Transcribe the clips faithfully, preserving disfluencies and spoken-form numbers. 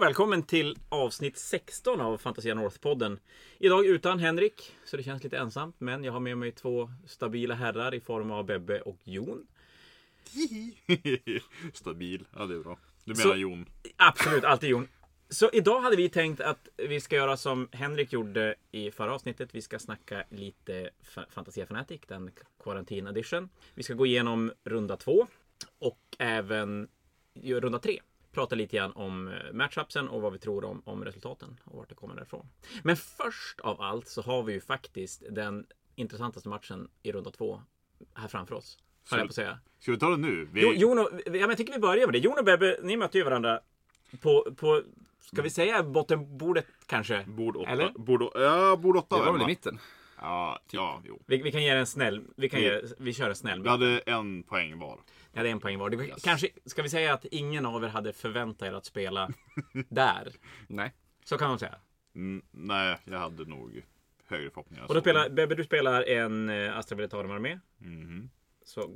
välkommen till avsnitt sexton av Fantasia North-podden. Idag utan Henrik, så det känns lite ensamt. Men jag har med mig två stabila herrar i form av Bebbe och Jon. Stabil, ja det är bra. Du menar Så, Jon? Absolut, alltid Jon. Så idag hade vi tänkt att vi ska göra som Henrik gjorde i förra avsnittet. Vi ska snacka lite Fantasia Fanatic, den Quarantine Edition. Vi ska gå igenom runda två och även runda tre. Prata lite grann om matchupsen och vad vi tror om, om resultaten och vart det kommer därifrån. Men först av allt så har vi ju faktiskt den intressantaste matchen i runda två här framför oss. Har jag på att säga. Ska vi ta det nu? Vi... Jo, Jon och, ja, men jag tycker vi börjar med det. Jon och Bebbe, ni mötte ju varandra på, på ska vi säga bottenbordet kanske? Bord åtta. Eller? Bord, ja, bord åtta. Det var väl i mitten? Ja, ja, jo. Vi, vi kan ge en snäll, vi kan ge, vi kör en snäll. Vi hade en poäng var. Ja, det är en poäng var. Det, yes. Kanske, ska vi säga att ingen av er hade förväntat er att spela där? Nej. Så kan man säga. Mm, nej, jag hade nog högre förhoppningar. Och då spelar, Bebbe, du spelar en uh, Astra Militarum-armé. Mm-hmm. Så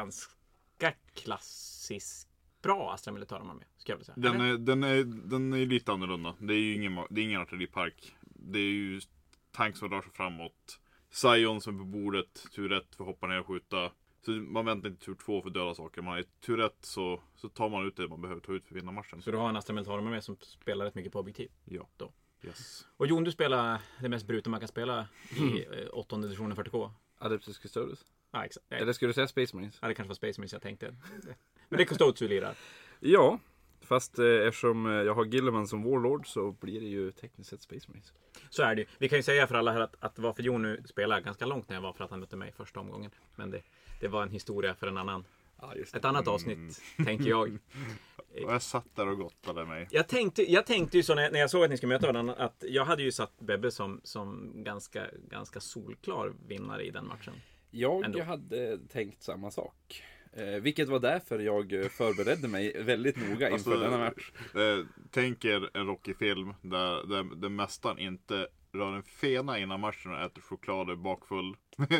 ganska klassisk, bra Astra Militarum-armé, ska jag vilja säga. Den är, den, är, den är lite annorlunda. Det är ju ingen, det är ingen artilleripark. Det är ju tanks som rör sig framåt. Sion som är på bordet, tur ett för att hoppa ner och skjuta. Så man väntar inte tur två för döda saker. Man är tur ett så, så tar man ut det man behöver ta ut för att vinna matchen. Så du har en Astra Militarum-armé som spelar rätt mycket på objektiv? Ja. Då. Yes. Och Jon, du spelar det mest bruta man kan spela i mm. åttonde editionen fyrtio K. Adeptus Custodes. Ja, exakt. Eller skulle du säga Space Marines? Ja, det kanske var Space Marines jag tänkte. Men det är Custodes du lirar. Ja, fast eh, eftersom jag har Gilliman som Warlord så blir det ju tekniskt sett Space Marines. Så är det ju. Vi kan ju säga för alla här att, att varför Jon nu spelar ganska långt när jag var för att han mötte mig första omgången. Men det, det var en historia för en annan. Ja, just ett annat avsnitt, mm. tänker jag. Och jag satt där och gottade mig. Jag tänkte, jag tänkte ju så när, när jag såg att ni skulle möta varandra att jag hade ju satt Bebbe som, som ganska, ganska solklar vinnare i den matchen. Jag Ändå. hade tänkt samma sak. Eh, vilket var därför jag förberedde mig väldigt noga inför alltså, denna match. Eh, tänk er en Rocky-film där, där, där mästaren inte rör en fena innan matchen och äter choklad och är bakfull.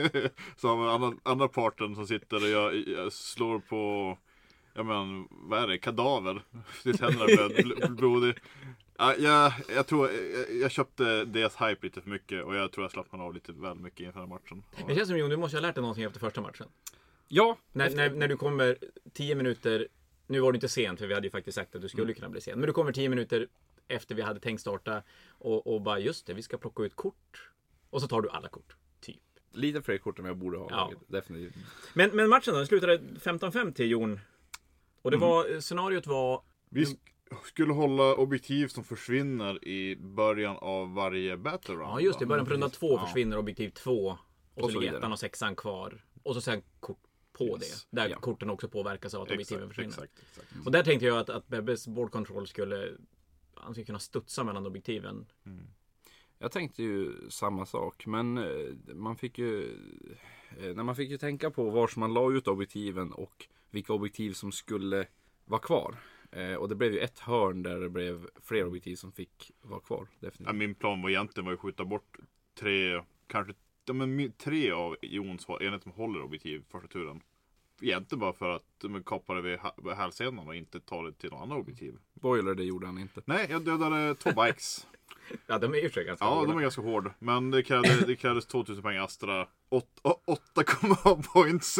Så har man andra, andra parten som sitter och jag, jag slår på, jag menar, vad är det? Kadaver. Det tänder blodig. Ja, jag, jag tror jag, jag köpte deras hype lite för mycket och jag tror jag slappnade av lite väl mycket inför den matchen. Det känns som Jon, du måste ha lärt dig någonting efter första matchen. Ja. När, efter... när, när du kommer tio minuter, nu var det inte sent för vi hade ju faktiskt sagt att du skulle mm. kunna bli sen. Men du kommer tio minuter efter vi hade tänkt starta och, och bara just det, vi ska plocka ut kort. Och så tar du alla kort, typ. Lite fler kort än jag borde ha. Ja. Definitivt. Men, men matchen då, den slutade femton fem till Jon. Och det var, mm. scenariot var... Vi skulle hålla objektiv som försvinner i början av varje battle round. Ja just det, i början på runda två ja. försvinner objektiv två. Och, och så, så ligger ettan och sexan kvar. Och så sen kort på yes. det. Där ja. korten också påverkas av att objektiven försvinner. Exakt, exakt. Och där tänkte jag att, att Bebbes board control skulle... Han skulle kunna studsa mellan objektiven. Mm. Jag tänkte ju samma sak. Men man fick ju... När man fick ju tänka på var man la ut objektiven och vilka objektiv som skulle vara kvar. Eh, och det blev ju ett hörn där det blev fler objektiv som fick vara kvar. Definitivt. Ja, min plan var egentligen var att skjuta bort tre, kanske ja, men, tre av Jons enhet som håller objektiv första turen. Egentligen bara för att de kapade vid hälsenan och inte tar det till någon annan objektiv. Boiler, det gjorde han inte. Nej, jag dödade två bikes. Ja, de är ju så ganska Ja, hårda. de är ganska hårda. Men det krävdes, det krävdes tvåtusen poäng Astra. åtta komma points.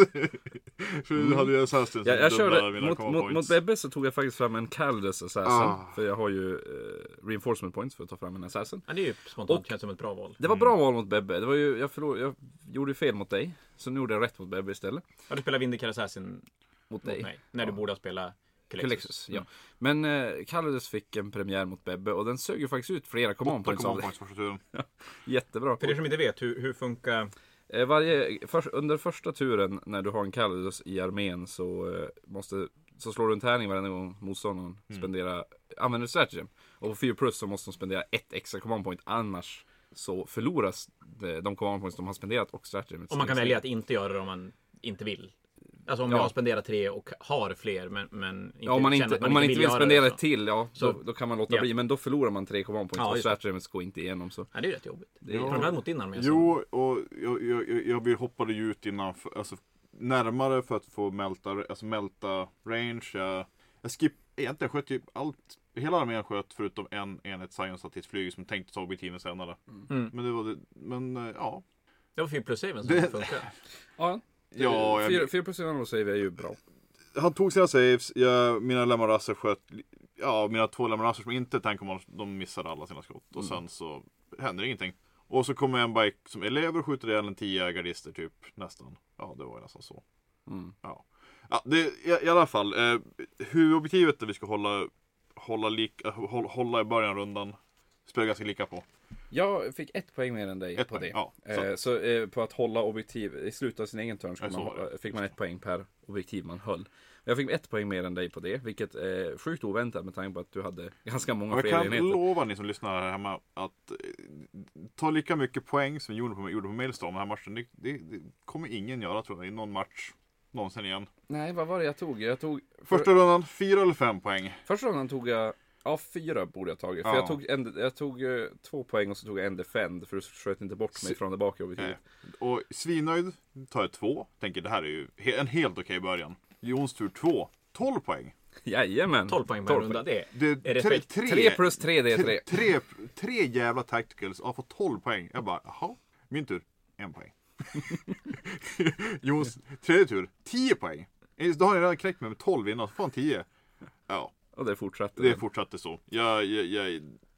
För mm. du hade ju Assassin. Ja, jag körde, mot, mot, mot Bebbe så tog jag faktiskt fram en Caldas Assassin. Ah. För jag har ju eh, reinforcement points för att ta fram en Assassin. Ja, det är ju spontant, känns som ett bra val. Det var bra val mot Bebbe. Det var ju, jag, förlor, jag gjorde fel mot dig. Så nu gjorde jag rätt mot Bebbe istället. Ja, du spelar Vindicator Assassin mot, mot dig. Mig, när ja. du borde ha spelat Kulexus, ja. Men eh, Caldas fick en premiär mot Bebbe och den sög ju faktiskt ut flera command points av det. Ja, jättebra. För er som inte vet, hur, hur funkar... Eh, varje, för, under första turen när du har en Caldas i armén så, eh, måste, så slår du en tärning varje gång motståndaren mm. spenderar, använder stratagem. Och på fyra plus så måste de spendera ett extra command point, annars så förloras de, de command points de har spenderat och stratagem. Och man kan välja att inte göra det om man inte vill. Alltså om ja. jag spenderar tre och har fler men, men inte, ja, om man inte, man om man inte vill, vill spendera ett till, ja, så, då, då kan man låta ja. bli. Men då förlorar man tre command points ja, och stratagemet går inte igenom. Så. Ja, det är rätt jobbigt. Det är ja. framförallt mot din armé. Jo, och jag, jag, jag vill hoppade ju ut innan, för, alltså närmare för att få melta, alltså melta range. Jag, jag skipp, egentligen sköt typ allt, hela armén sköt förutom en enhet science-statistflyg som tänkte ta objektiven senare. Mm. Men det var det, men uh, ja. Det var fyra plus saven som Det- det... funkar. Ja, Ja, jag- fyra, fyra procent av save är ju bra. Han tog sina saves, jag, mina Lemarasser sköt, ja mina två Lemarasser som inte tänker man, de missade alla sina skott. Och sen så händer ingenting. Och så kommer en bike som elever och skjuter ihjäl en tio gardister typ, nästan. Ja, det var ju nästan så. Mm. Ja, ja det, i, i alla fall, eh, huvudobjektivet där vi ska hålla, hålla, lika, hålla, hålla i början av rundan spelar ganska lika på. Jag fick ett poäng mer än dig Ett på poäng, det. ja, så. Eh, så eh, på att hålla objektiv, i slutet av sin egen turn ska Ja, så man, var det. hålla- fick man ett poäng per objektiv man höll. Jag fick ett poäng mer än dig på det, vilket är sjukt oväntat med tanke på att du hade ganska många Och jag fler kan enheter. lova ni som lyssnar här hemma att eh, ta lika mycket poäng som vi gjorde på, gjorde på Mailstorm den här matchen. Det, det, det kommer ingen göra tror jag i någon match någonsin igen. Nej, vad var det jag tog? Jag tog Första rundan, fyra eller fem poäng. Första rundan tog jag, ja fyra borde jag tagit. För Ja. jag tog, en, jag tog eh, två poäng och så tog jag en defend. För du sköt inte bort mig Se- från det bakre objektivet. Eh, och svinnöjd tar jag två. Tänker det här är ju he- en helt okej början. Jons tur två, tolv poäng. Jajamän. tolv poäng per runda, det är, Det, är tre, respekt. tre, tre plus tre, det är tre. tre, tre jävla tacticals och har fått tolv poäng. Jag bara, jaha, min tur, en poäng. Jons tredje tur, tio poäng. Eh, Då har jag redan knäckt mig med tolv innan, så får han tio. Ja, Och det fortsatte. det fortsatte så. Jag, jag, jag,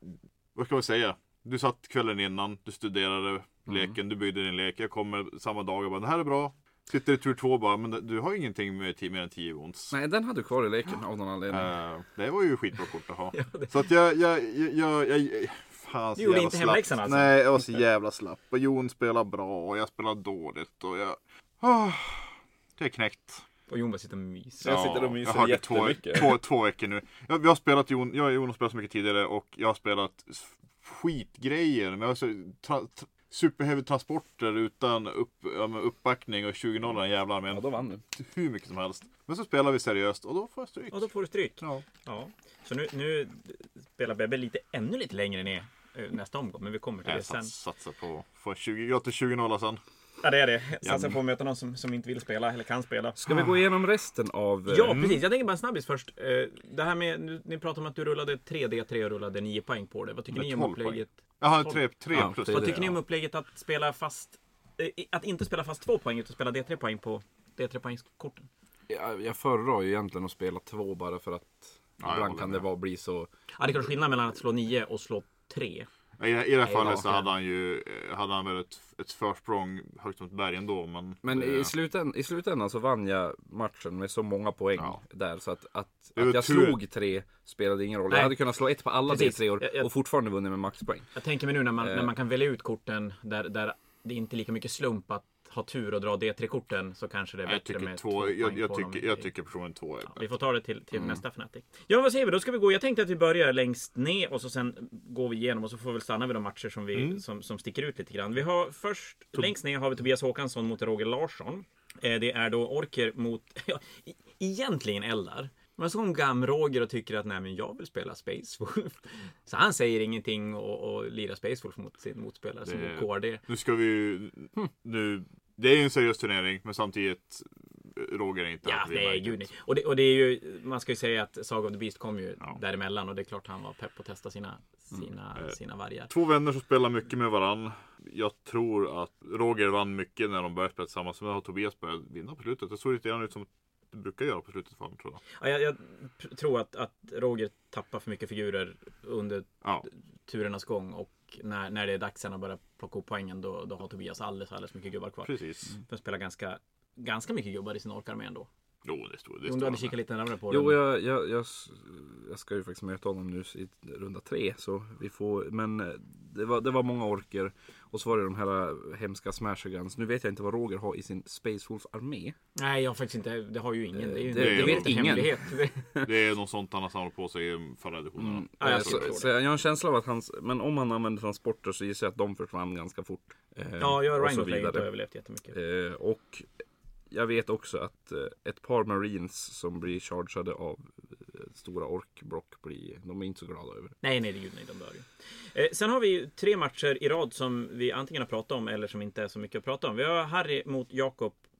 vad ska man säga? Du satt kvällen innan, du studerade leken, du byggde din lek. Jag kommer samma dag och bara, det här är bra. Sitter i tur två och bara, men du har ju ingenting med tio, mer än tio ons. Nej, den hade du kvar i leken av någon anledning. Uh, det var ju skitbra kort att ha. Ja, det- Så att jag, jag, jag, jag, jag fan så Du gjorde jävla inte slapp. hemläxan alltså? Nej, jag var så jävla slapp. Och Jon spelar bra och jag spelar dåligt och jag... Oh, det är knäckt. Och Jon bara sitter och myser. Jag sitter och myser jag har det två, jättemycket. två, två veckor nu. Jag, vi har spelat Jon, jag och Jon har spelat så mycket tidigare och jag har spelat skitgrejer. Men jag har så, tra, tra, superheavy transporter utan upp, ja, med uppbackning och tjugo noll den jävla armén. Ja, då vann du. Hur mycket som helst. Men så spelar vi seriöst och då får jag stryk. Och då får du stryk. Ja. Ja. Så nu, nu spelar Bebbe lite, ännu lite längre ner eh, nästa omgång. Men vi kommer till det Jag sen. sats, satsar på få tjugo, jag till tjugo noll sen. Ja, det är det. Ja. Satsa på att möta någon som, som inte vill spela eller kan spela. Ska vi gå igenom resten av... eh, Ja, precis. Jag tänker bara en snabbis först. Eh, Det här med, nu- ni pratar om att du rullade tre D tre och rullade nio poäng på det. Vad tycker Med ni om tolv upplägget? Jaha, tolv. tre, tre Ja, plus. tre Vad D, tycker ni om ja. upplägget att spela fast, eh, att inte spela fast två poäng utan spela D tre poäng på D tre poängskorten? Jag, jag föredrar ju egentligen att spela två bara för att jag ibland håller kan med. det vara bli så... Ja, det är klart skillnad mellan att slå nio och slå tre. I, I det här Nej, fallet så ja. hade han ju eh, hade han väl ett, ett försprång högt mot berg ändå. Men, Men eh, i, slutän, i slutändan så vann jag matchen med så många poäng Ja. där så att, att, Det var att jag tur. slog tre spelade ingen roll. Nej. Jag hade kunnat slå ett på alla D Precis. tre år Jag- jag- och fortfarande vunnit med maxpoäng. Jag tänker mig nu när man, Eh. när man kan välja ut korten där, där det inte är lika mycket slump att ha tur och dra D tre-korten så kanske det är jag bättre tycker med två, två jag, poäng jag, på dem. tycker, jag tycker personligen två är Ja, vi bättre. får ta det till, till Mm. nästa Fnatic. Ja, vad säger vi? Då ska vi gå. Jag tänkte att vi börjar längst ner och så sen går vi igenom och så får vi väl stanna vid de matcher som, vi, Mm. som, som sticker ut lite grann. Vi har först, längst ner har vi Tobias Håkansson mot Roger Larsson. Eh, Det är då Orker mot, ja, e- egentligen Eldar. Men så kom Gam-Roger och tycker att nej men jag vill spela Space Wolf. Så han säger ingenting och, och lirar Space Wolf mot sin motspelare som Det- K R D. Nu ska vi ju, nu, det är ju en seriös turnering men samtidigt Roger är inte Ja, allt vi nej, märker. gud nej. Och det, och det är ju, man ska ju säga att Saga of the Beast kom ju Ja. däremellan och det är klart han var pepp på att testa sina, sina, Eh, sina vargar. Två vänner som spelar mycket med varann. Jag tror att Roger vann mycket när de började spela tillsammans. Men har Tobias börjat vinna på slutet. Det såg lite grann ut som det brukar göra på slutet för honom, tror jag. Ja, jag, jag pr- tror att, att Roger tappar för mycket figurer under Ja, turernas gång och när, när det är dags sen att börja plocka upp poängen då, då har Tobias alldeles, alldeles mycket gubbar kvar. precis. För att spela ganska, ganska mycket gubbar i sin orkarmé ändå. Jo, det står det. Om du står hade han kikat med. lite närmare på Jo, den. jag, jag, jag, jag ska ju faktiskt möta honom nu i runda tre. Så vi får, men eh, det var, det var många orker. Och så var det de här hemska Smasher Guns. Nu vet jag inte vad Roger har i sin Space Wolf-armé. Nej, jag har faktiskt inte, det har ju ingen. Det, är ju Det- det, det vet en ingen. hemlighet. Det är något sånt han har samlat på sig i förra editionen. Mm. Ja, jag Eh, så, tror det. så jag har en känsla av att hans, men om han använder transporter så gissar jag att de försvann ganska fort. Eh, Ja, jag och har så Rhino Flame har vidare. överlevt jättemycket. Eh, och jag vet också att eh, ett par Marines som blir chargade av eh, stora orkblock blir, de är inte så glada över. Nej, nej, det är gud nej, de dör ju. Eh, sen har vi ju tre matcher i rad som vi antingen har pratat om eller som inte är så mycket att prata om. Vi har Harry mot Jakob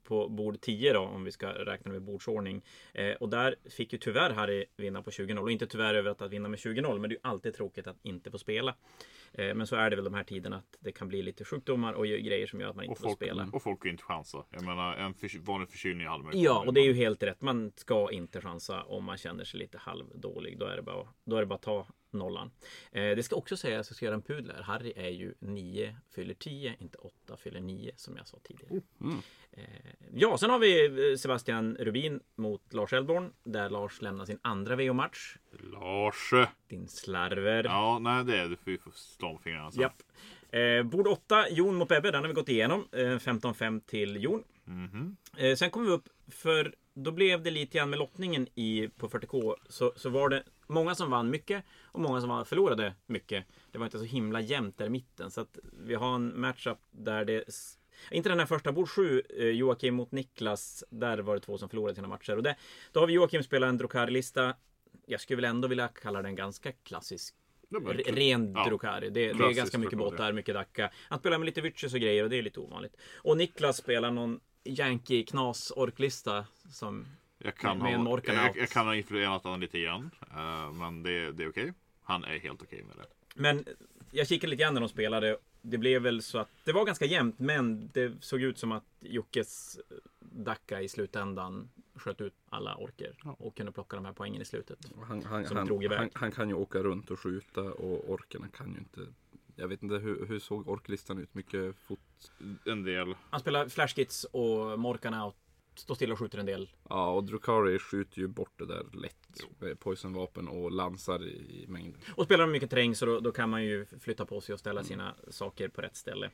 på bord tio då, om vi ska räkna med bordsordning. Eh, och där fick ju tyvärr Harry vinna på tjugo noll. Och inte tyvärr över att, att vinna med tjugo noll, men det är ju alltid tråkigt att inte få spela. Eh, men så är det väl de här tiderna att det kan bli lite sjukdomar och grejer som gör att man inte och folk, får spela. Och folk är inte chansa. Jag menar, en för, vanlig förkylning hade man. Ja, och det är ju helt rätt. Man ska inte chansa om man känner sig lite halvdålig. Då är det bara, då är det bara att ta nollan. Eh, det ska också sägas att jag ska göra en pudler. Harry är ju nio, fyller tio, inte åtta, fyller nio som jag sa tidigare. Mm. Eh, ja, sen har vi Sebastian Rubin mot Lars Eldborn. Där Lars lämnar sin andra V O-match. Lars. Din slarver. Ja, nej det är det. Vi får slå om fingrarna. Japp. Eh, bord åtta, Jon mot Bebbe. Den har vi gått igenom. Eh, femton fem till Jon. Mm-hmm. Eh, sen kom vi upp, för då blev det lite grann med lottningen i, på fyrtio K. Så, så var det många som vann mycket och många som förlorade mycket. Det var inte så himla jämnt där i mitten. Så att vi har en matchup där det... Inte den här första, bord sju, eh, Joakim mot Niklas. Där var det två som förlorade sina matcher. Och det, då har vi Joakim spelat en Drukari-lista. Jag skulle väl ändå vilja kalla den ganska klassisk. Ja, men, Ren ja. Drukari. Det, det är Klassisk ganska mycket Drukari. båtar, mycket dacka. Han spelar med lite Vyches och grejer och det är lite ovanligt. Och Niklas spelar någon Yankee knas orklista som Jag kan, med en ha, Morkan jag, out. jag kan ha influerat honom lite grann. Uh, men det, det är okej. Han är helt okej med det. Men jag kikade lite grann när de spelade. Det blev väl så att det var ganska jämnt, men det såg ut som att Jockes dacka i slutändan sköt ut alla orker och kunde plocka de här poängen i slutet. Han, han, Som han, drog iväg. han, han kan ju åka runt och skjuta och orkerna kan ju inte. Jag vet inte hur, hur såg orklistan ut? Mycket fot. En del. Han spelar flashkits och Morkan out. Står stilla och skjuter en del. Ja, och Drukari skjuter ju bort det där lätt. Med poisonvapen och lansar i, i mängd. Och spelar de mycket terräng så då, då kan man ju flytta på sig och ställa sina saker på rätt ställe.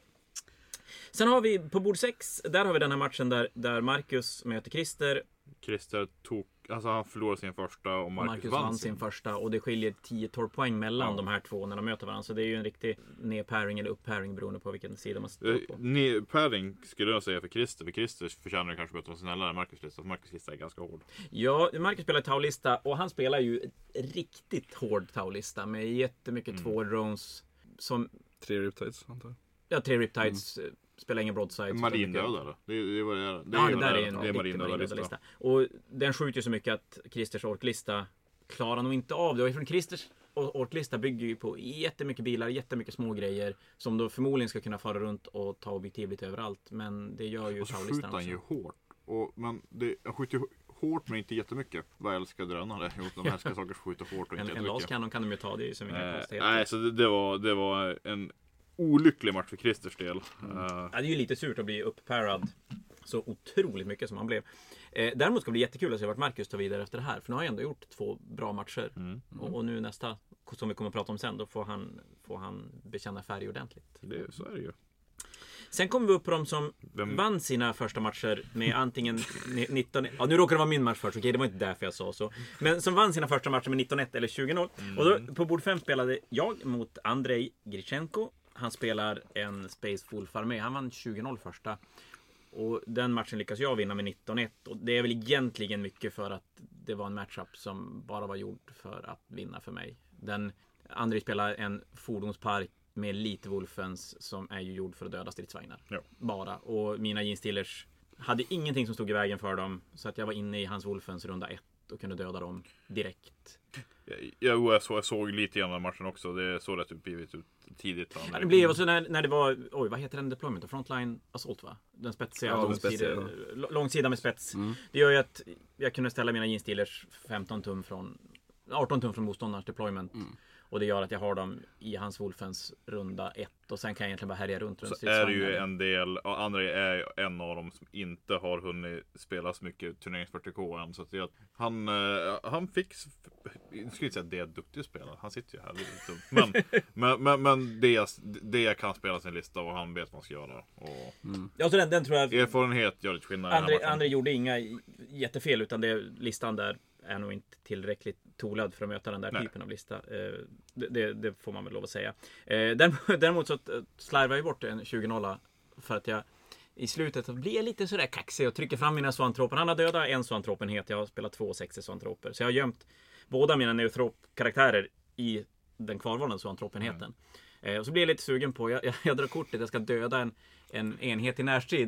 Sen har vi på bord sex, där har vi den här matchen där, där Marcus möter Christer. Christer tog, alltså han förlorade sin första och Marcus, Marcus vann vann sin. sin första och det skiljer tio tolv poäng mellan Ja. de här två när de möter varandra. Så det är ju en riktig nedpairing eller uppairing beroende på vilken sida man står Eh, på. ni- Päring skulle jag säga för Christer. För Christer förtjänar kanske bättre snällare än Marcus lista. För Marcus lista är ganska hård. Ja, Marcus spelar taulista och han spelar ju riktigt hård taulista med jättemycket Mm. två drones som, Tre riptides antar jag. ja, tre riptides, mm. spelar ingen broadside. Marindödare. Det, är- det är vad det är. Det Ja, är det vad där det är en Det är riktig marindödarlista. marindödarlista. Och den skjuter ju så mycket att Christers orklista klarar nog inte av det. Och från Christers or- orklista bygger ju på jättemycket bilar, jättemycket små grejer som då förmodligen ska kunna fara runt och ta objektiv lite överallt. Men det gör ju Och så skjuter taulistan han också. ju hårt. Och, men det, han skjuter ju hårt men inte jättemycket. Vad jag älskar drönare. Jo, de älskar saker som skjuter hårt och En, inte en jättemycket. laskanon kan de ju ta, det är ju som inga Eh, konstigheter. nej, så det, det, var, det var en olycklig match för Christers del. Mm. Eh, Ja, det är ju lite surt att bli uppparad så otroligt mycket som han blev. Eh, däremot ska det bli jättekul att se vart Marcus tar vidare efter det här. För nu har han ändå gjort två bra matcher. Mm. Och, och nu nästa, som vi kommer att prata om sen, då får han, får han bekänna färg ordentligt. det, så är det ju. Sen kommer vi upp på de som Vem- vann sina första matcher med antingen ni- nitton... Ja, nu råkar det vara min match först, okej, det var inte därför jag sa så. Men som vann sina första matcher med nitton ett eller tjugo noll. Och då, på bord fem spelade jag mot Andrei Grichenko. Han spelar en Space Wolf-armé. Han vann tjugo noll första. Och den matchen lyckas jag vinna med nitton ett. Och det är väl egentligen mycket för att det var en matchup som bara var gjord för att vinna för mig. Den, Andrei spelar en fordonspark med lite Wolfens som är ju gjord för att döda stridsvagnar. Ja. Bara. Och mina Jeanstillers hade ingenting som stod i vägen för dem. Så att jag var inne i hans Wolfens runda ett och kunde döda dem direkt. Jag, jag, jag, såg, jag såg lite grann av matchen också. Det såg rätt uppgivet ut tidigt. Ja, det blev också när, när det var, oj vad heter den deployment? Frontline Assault va? Den spetsiga, Ja, den långsida, spetsiga, l- långsida med spets. Mm. Det gör ju att jag kunde ställa mina Jeanstillers femton tum från, arton tum från motståndarens deployment. Mm. Och det gör att jag har dem i hans Wolfens runda ett. Och sen kan jag egentligen bara härja runt runt Så är det ju stridsvagnar. en del, ja, André är en av dem som inte har hunnit spela så mycket turnerings fyrtio K än. Så att det, han, eh, han fick, jag skulle inte säga att det är duktig spelare, han sitter ju här, det är lite dumt. Men, men, men, men det, jag, det jag kan spela sin lista och han vet vad man ska göra. Och Ja, så den, den tror jag erfarenhet gör lite skillnad i den här André, matchen. André gjorde inga jättefel, utan det, listan där är nog inte tillräckligt tolad för att möta den där Nej. typen av lista. Eh, det, det, det får man väl lov att säga. Eh, däremot, däremot så eh, slarvar jag bort en tjugo noll för att jag i slutet blir lite sådär kaxig och trycker fram mina zoantroper. Han har dödat en zoantropenhet, jag har spelat två sextio zoantroper. Så jag har gömt båda mina neutrop-karaktärer i den kvarvarande zoantropenheten. Mm. Eh, och så blir jag lite sugen på, jag, jag, jag drar kortet, jag ska döda en, en enhet i närstrid.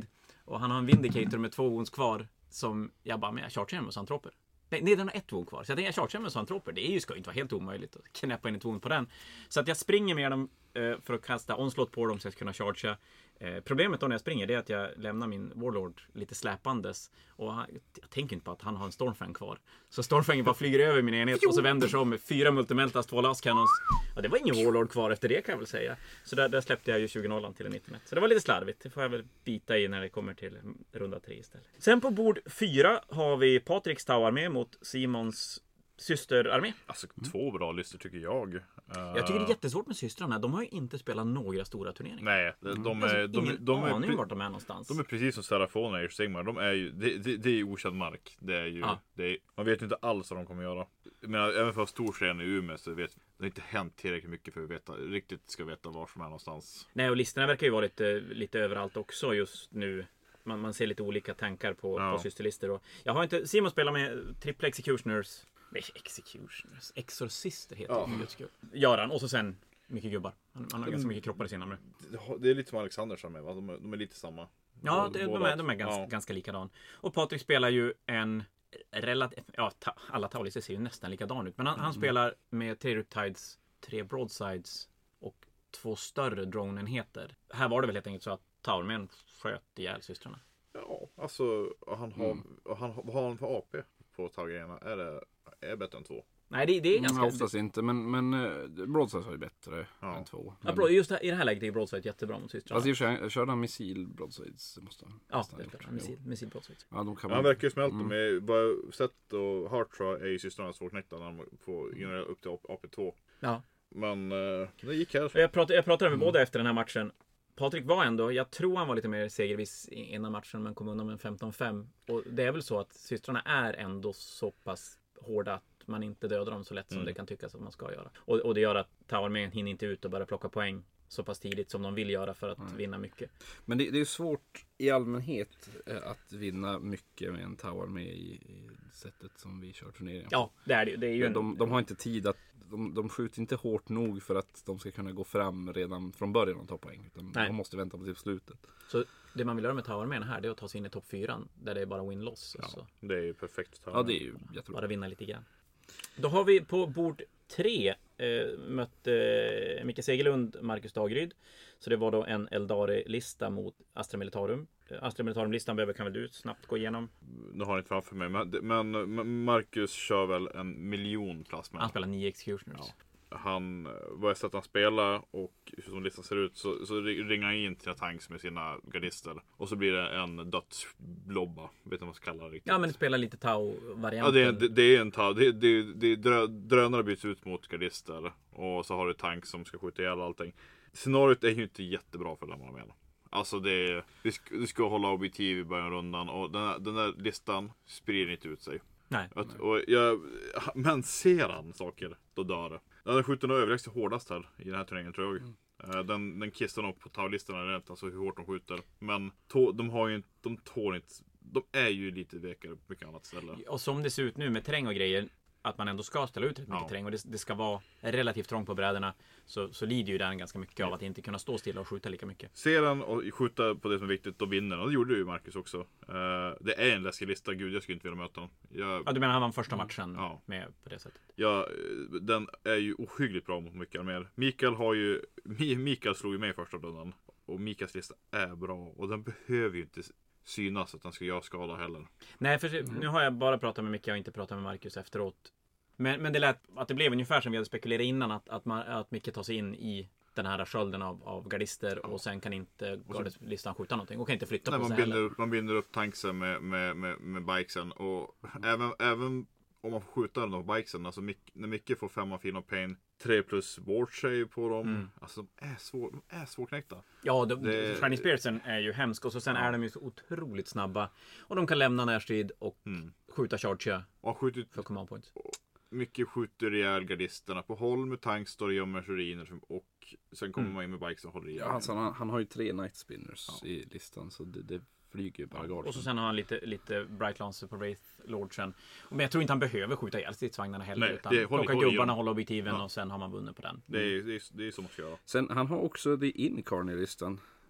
Och han har en Vindicator med två wounds kvar. Som jag bara, men jag chargear med Zoantroper. Nej, nej, den har ett wound kvar. Så jag tänkte, jag chargear med Zoantroper. Det är ju, ska ju inte vara helt omöjligt att knäppa in ett wound på den. Så att jag springer med dem eh, för att kasta onslaught på dem så att jag ska kunna chargea. Eh, problemet då när jag springer det är att jag lämnar min Warlord lite släpandes. Och han, jag tänker inte på att han har en Stormfang kvar. Så Stormfang bara flyger över min enhet och så vänder sig om med fyra multimeltas, två lascannons. Ja, det var ingen Warlord kvar efter det kan jag väl säga. Så där, där släppte jag ju tjugo noll till en nitton ett. Så det var lite slarvigt. Det får jag väl bita i när det kommer till runda tre istället. Sen på bord fyra har vi Patricks Tau-armé mot Simons systerarmé. Alltså två bra listor tycker jag. Jag tycker det är jättesvårt med systrarna. De har ju inte spelat några stora turneringar. Nej, de, de alltså, är... De, ingen de aning är, vart de är någonstans. De är precis som Serafon och Age Sigmar. De är ju, det, det, det är ju okänd mark. Det är ju, ja. det är, man vet ju inte alls vad de kommer göra. Men även för storscenen i Umeå så vet det har inte hänt tillräckligt mycket för att veta, riktigt ska veta var som är någonstans. Nej, och listorna verkar ju vara lite, lite överallt också just nu. Man, man ser lite olika tankar på, ja. på systerlistor. Och jag har inte... Simon spelar med triple executioners. Nej, executioners. Exorcister heter ja. det. Guds skull. Göran. Och så sen mycket gubbar. Han, han har ganska mycket kroppar i sin armé. Det är lite som Alexander som är, va? De är, de är lite samma. Ja, det, de är, de är ganska, ja. ganska likadan. Och Patrik spelar ju en relativt... Ja, ta, alla taulistor ser ju nästan likadan ut. Men han, mm. han spelar med tre Riptides, tre Broadsides och två större drone-enheter. Här var det väl helt enkelt så att Taurmen sköt ihjäl systrarna. Ja, alltså han har, mm. han, vad har han för A P på Taugrejerna? Är det är bättre än två? Nej, det, det är ganska... Mm, oftast inte, men, men uh, Broadside har ju bättre ja. än två. Men... Ja, just i det här läget är Broadside jättebra mot systrarna. Alltså i och för sig, jag körde en missil Broadsides. Måste ja, det är klart. Missil, missil Broadsides. Ja, de kan ja, han verkar ju smälta mm. med bara Sett och Hartra är ju systrarna svårknäckta när de får generera upp till A P två. Ja. Men uh, det gick här. Jag pratade, jag pratade med mm. båda efter den här matchen. Patrik var ändå, jag tror han var lite mer segerviss innan matchen men kom undan med femton fem. Och det är väl så att systrarna är ändå så pass hårda att man inte dödar dem så lätt som mm. det kan tyckas att man ska göra. Och, och det gör att Tau-armén hinner inte ut och börja plocka poäng så pass tidigt som de vill göra för att mm. vinna mycket. Men det, det är svårt i allmänhet att vinna mycket med en Tau-armé i, i sättet som vi kör turneringen. Ja, det är det, det är ju. En... De, de har inte tid att De, de skjuter inte hårt nog för att de ska kunna gå fram redan från början och ta poäng. Utan Nej. de måste vänta på till slutet. Så det man vill göra med Tau-armén här det är att ta sig in i topp fyra där det är bara win-loss. Ja, alltså. det är ju perfekt. Ja, det är ju jättebra. Bara vinna lite grann. Då har vi på bord tre eh, mött eh, Micke Segerlund, Marcus Dagryd. Så det var då en Eldari-lista mot Astra Militarum. Astra Militarum-listan behöver kan väl du snabbt gå igenom. Nu har jag inte framför mig, men, men Marcus kör väl en miljon plasma. Han spelar nio executioners. Ja. Han, vad jag sett han spela och som listan ser ut så, så ringer han in till tanks med sina gardister. Och så blir det en dödsblobba. Vet inte vad man ska kalla det riktigt. Ja, men det spelar lite Tau-varianten. Ja, det är, det, det är en Tau. Det, det, det, drö, drönare byts ut mot gardister. Och så har du tanks som ska skjuta ihjäl allting. Scenariot är ju inte jättebra för den man menar. Alltså det är, du ska, du ska hålla objektiv i början av rundan. Och den, här, den där listan sprider inte ut sig. Nej. Att, och jag, men ser han saker, då dör det. Den skjuter nog överlägset hårdast här i den här turneringen tror jag. Mm. Den, den kissar nog på tavlistorna, alltså hur hårt de skjuter. Men to, de har ju inte, de tål inte, de är ju lite vekare på mycket annat ställe. Och som det ser ut nu med terräng och grejer, att man ändå ska ställa ut rätt mycket ja. terräng och det, det ska vara relativt trångt på brädorna så, så lider ju den ganska mycket av att inte kunna stå stilla och skjuta lika mycket. Ser han och skjuta på det som är viktigt, då vinner och det gjorde ju Marcus också. Uh, det är en läskig lista, gud jag skulle inte vilja möta honom. Jag... Ja, du menar han var första matchen ja. med på det sättet? Ja, den är ju ohyggligt bra mot mycket mer. Mikael har ju, Mikael slog ju mig i första rundan och Mikaels lista är bra och den behöver ju inte synas att den ska göra skada heller. Nej, för nu har jag bara pratat med Micke och inte pratat med Marcus efteråt. Men, men det lät att det blev ungefär som vi hade spekulerat innan att, att, man, att Micke tar sig in i den här skölden av, av gardister ja. och sen kan inte listan skjuta någonting och kan inte flytta Nej, på man sig binder upp, man binder upp tanksen med, med, med, med bikesen och mm. även, även om man får skjuta den av bikesen, alltså Mick, när Micke får fem av Feel No Pain, tre plus Ward Save på dem, mm. alltså de är, svår, de är svårknäckta. Ja, de, det... Shining Spearsen är ju hemsk och så sen ja. är de ju så otroligt snabba och de kan lämna närstrid och mm. skjuta charge och skjutit... för command points. Mycket skjuter ihjäl gardisterna på håll med tanks, står i Merceriner och sen kommer mm. man in med bikes och håller i. Ja, alltså, han, han har ju tre Night Spinners ja. i listan så det, det flyger ju bara garden. Och så sen har han lite, lite Bright Lancer på Wraith Lordsen. Men jag tror inte han behöver skjuta ihjäl stridsvagnarna heller. Nej, utan plocka gubbarna, hålla objektiven ja. och sen har man vunnit på den. Det är, det är, det är så man ska göra. Sen han har också The Incarn i listan.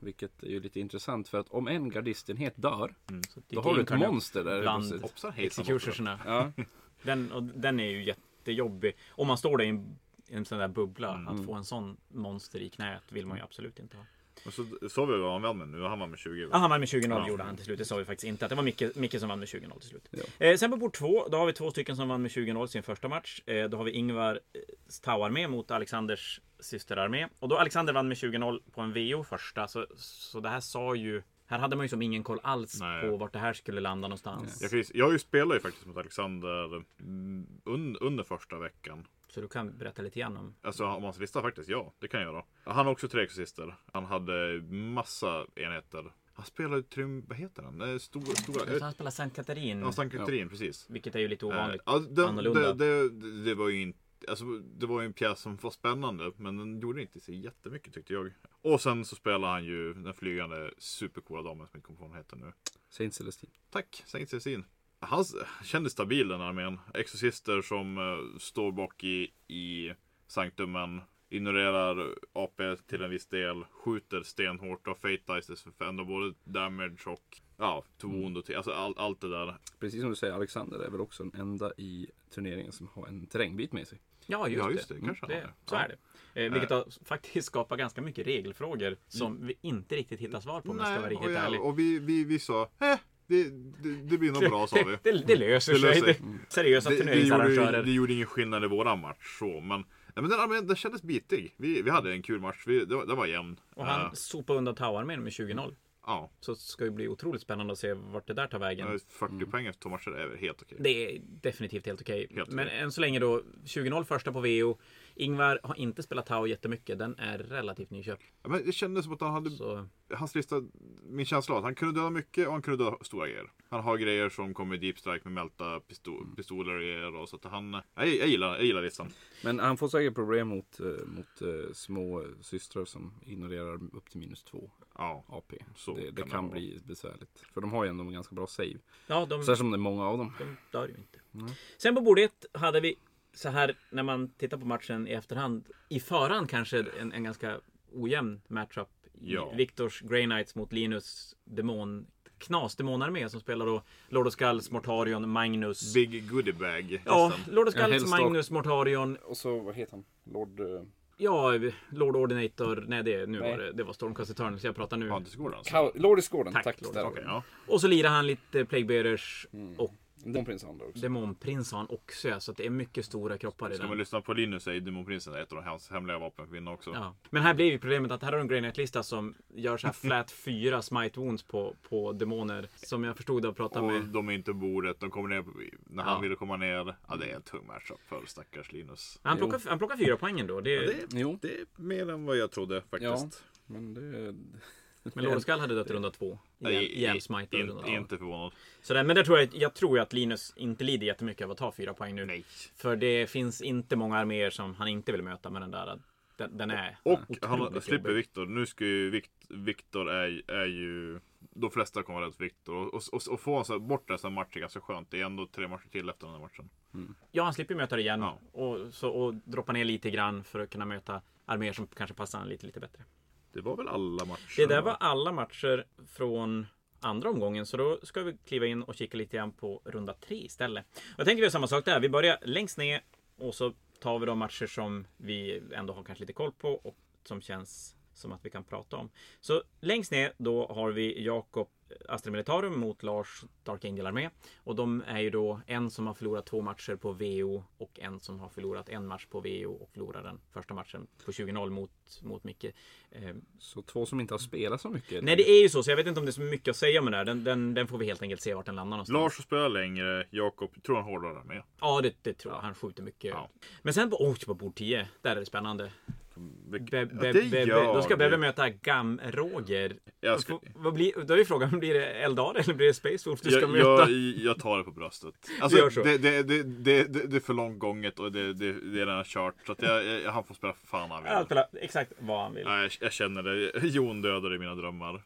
Vilket är ju lite intressant för att om en gardistenhet dör, Mm. då har du ett monster där. Bland Hoppsan, hejsan, executionerna. Ja. Den, och den är ju jättejobbig. Om man står där i en, i en sån där bubbla, Mm. att få en sån monster i knät vill man ju absolut inte ha. Och så sa vi vad han vann med nu, han vann med tjugo. Ja, han vann med tjugo noll Ja. gjorde han till slut. Det sa vi faktiskt inte. Att det var Micke, Micke som vann med tjugo noll till slut. Ja. Eh, sen på bord två, då har vi två stycken som vann med tjugo noll sin första match. Eh, då har vi Ingvar eh, Tauarmé mot Alexanders systerarmé. Och då Alexander vann med tjugo noll på en V O första. Så, så det här sa ju... Här hade man ju som ingen koll alls Nej. på vart det här skulle landa någonstans. Jag, kan ju- jag har ju spelat ju faktiskt mot Alexander mm, un, under första veckan. Så du kan berätta lite grann om... Alltså om man listar faktiskt, ja, det kan jag göra. Han har också tre exorcister. Han hade massa enheter. Han spelade trym, vad heter den? Eh, Stora, stora. Han spelar Sankt Katarin, Ja, Sankt Katarin, precis. vilket är ju lite ovanligt. Eh, ja, den, annorlunda. det, det, det var ju inte, alltså det var ju en pjäs som var spännande, men den gjorde inte så jättemycket tyckte jag. Och sen så spelar han ju den flygande supercoola damen som inte kommer på vad hon heter nu. Saint Celestine. Tack, Saint Cecin. Han kändes stabil den armén. Exorcister som uh, står bak i, i sanktumen, ignorerar A P till en viss del, skjuter stenhårt och Fate Dice för ändå både damage och ja, to wound och till, alltså all, allt det där. Precis som du säger, Alexander är väl också den enda i turneringen som har en terrängbit med sig. Ja, just, Ja, just det. det. Kanske det han har det. så Ja. är det. Eh, vilket har faktiskt skapat ganska mycket regelfrågor som vi inte riktigt hittar svar på om jag ska vara och, riktigt ja, ärlig. och vi, vi, vi sa, eh, det, det, det blir nog bra, sa vi. Det, det, det löser Det sig. löser sig. Det, seriösa Det, det, gjorde, turneringsarrangörer. det gjorde ingen skillnad i våran match så, men, nej, men den armén, den kändes bitig. Vi, vi hade en kul match, vi, det, var, det var jämn. Och han Eh, sopade undan Tauarmén med tjugo noll. ja, Så ska det bli otroligt spännande att se vart det där tar vägen. fyrtio poäng efter två matcher är helt okej. Det är definitivt helt okej. Helt Men okej. än så länge då, tjugo noll första på V O. Ingvar har inte spelat Tau jättemycket. Den är relativt nyköpt. Ja, men det kändes som att han hade, Så hans lista, min känsla var att han kunde döda mycket och han kunde döda stora grejer. Han har grejer som kommer i deep strike med mälta pistol, pistoler och grejer och så att han, jag, jag gillar, jag gillar listan. Men han får säkert problem mot, eh, mot eh, små systrar som ignorerar upp till minus två Ja, A P. Så det det kan det kan vara. bli besvärligt. För de har ju ändå en ganska bra save. ja, de, Särskilt som det är många av dem. de dör ju inte. Sen på bord ett hade vi så här, när man tittar på matchen i efterhand, i förhand kanske en, en ganska ojämn matchup. Ja. Viktors Grey Knights mot Linus Demon, Knas Demonarmé som spelar då Lord of Skulls, Mortarion, Magnus. Big goodie bag. Ja, listan. Lord of En Skulls, hel stock. Magnus, Mortarion. Och så, vad heter han? Lord... Eh, Ja, Lord Ordinator. Nej, det, nu Nej. var det, det var Stormcast Eternal, jag pratar nu. Fantasygården alltså. Kau- Lord Discorden. Tack, Tack. Lord där. Okej, ja. Och så lirar han lite Plague Bearers och Demonprins andra också. Demonprins har han också. ja, Så att det är mycket stora kroppar i Ska man den. lyssna på Linus är Demonprinsen ett av hans hemliga vapen för vinna också. Ja. Men här blir ju problemet att här har du en Grey Knight-lista som gör så här flat fyra smite wounds på, på demoner. Som jag förstod av att prata Och med. de är inte på bordet, de kommer ner på, när han Ja. ville komma ner. Ja, det är en tung matchup för stackars Linus. Han plockar, han plockar fyra poäng ändå. Det, Ja, det, Jo, det är mer än vad jag trodde faktiskt. men det... Men Lord of Skull hade dött i runda två. Nej, Ihjäl smite i in, runda två. inte förvånad. Så där, men där tror jag, jag tror ju att Linus inte lider jättemycket av att ta fyra poäng nu. Nej. För det finns inte många arméer som han inte vill möta med den där. Den, den är Och otroligt han slipper jobbig. Viktor. Nu ska ju Vikt, Viktor är, är ju... De flesta kommer vara rätt för Viktor. Och, och, och få han så här bort en sån här match är ganska skönt. Det är ändå tre matcher till efter den här matchen. Ja, han slipper möta det igen. Ja. Och, så, och droppa ner lite grann för att kunna möta arméer som kanske passar han lite, lite bättre. Det var väl alla matcher? Det där var alla matcher från andra omgången. Så då ska vi kliva in och kika lite grann på runda tre istället. Och jag tänker vi gör samma sak där. Vi börjar längst ner och så tar vi de matcher som vi ändå har kanske lite koll på och som känns som att vi kan prata om. Så längst ner då har vi Jakob Astra Militarum mot Lars Dark Angel-armé. Och de är ju då en som har förlorat två matcher på V O och en som har förlorat en match på V O och förlorar den första matchen på tjugo noll mot, mot Micke. Eh, Så två som inte har spelat så mycket. nej, det är ju så, så jag vet inte om det är så mycket att säga om det här. Den, den, den får vi helt enkelt se vart den landar någonstans. Lars spelar längre. Jakob tror han hårdare med. Ja, det, det tror jag. Han skjuter mycket. Ja. Men sen på, oh, på bord tio, där är det spännande. Be, be, Ja, be, det be, gör då ska det. Bebbe möta Gam-Roger. Jag ska- F- Vad blir, då är frågan, blir det Eldar eller blir det Space Wolf du ska Jag, möta? jag, jag tar det på bröstet. Alltså, gör så. det, det, det, det, det, det är för långt gånget och det, det, det är redan kört. Så att jag, jag, han får spela för fan han vill. Han spelar exakt vad han vill. Ja, jag, jag känner det. Jon dödar i mina drömmar.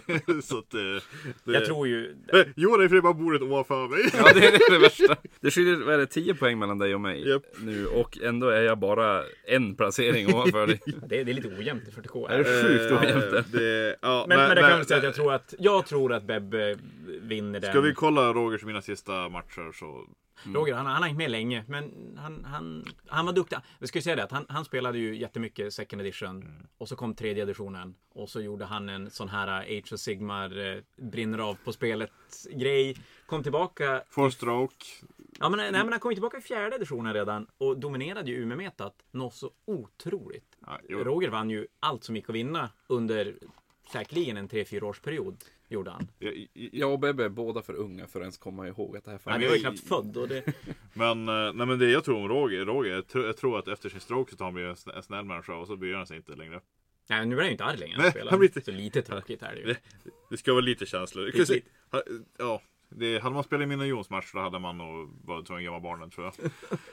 Så att det, det, Jag tror ju... Eh, Jon är i bara bordet ovanför mig. Ja, det är det värsta. Det skiljer, vad är det, tio poäng mellan dig och mig Japp. nu. Och ändå är jag bara en placering ovanför för dig. Det är, det är lite ojämnt i fyrtio K. Är det sjukt Eh, ojämnt det? det, ja, Men, men, men det kan jag säga att jag tror att jag tror att Bebbe vinner den. Ska vi kolla Rogers mina sista matcher så... Mm. Roger, han, han har inte med länge, men han, han, han var duktig. Vi ska ju säga det, att han, han spelade ju jättemycket second edition. Mm. Och så kom tredje editionen. Och så gjorde han en sån här Age of Sigmar eh, brinner av på spelet grej. Kom tillbaka... Four stroke. Ja, men, nej, men han kom tillbaka i fjärde editionen redan. Och dominerade ju Umeå-metat något så otroligt. Ja, Roger vann ju allt som gick att vinna under säkerligen en tre fyra års period. Gjorde han. Jag, jag, Jag och Bebbe är båda för unga för att ens komma ihåg att det här Nej, vi var ju knappt född. Och det... men, nej, men det jag tror om Roger, Roger jag, tror, jag tror att efter sin stroke så tar han blir en, en snäll människa och så bryr han sig inte längre. Nej, nu är han ju inte arg längre. Nej, Han han blir inte... Så lite tråkigt här. Det, det ska vara lite känslor. Lite, lite. Ja, det, hade man spelat i min och Jons match så hade man nog varit tvungen att gömma barnen, tror jag.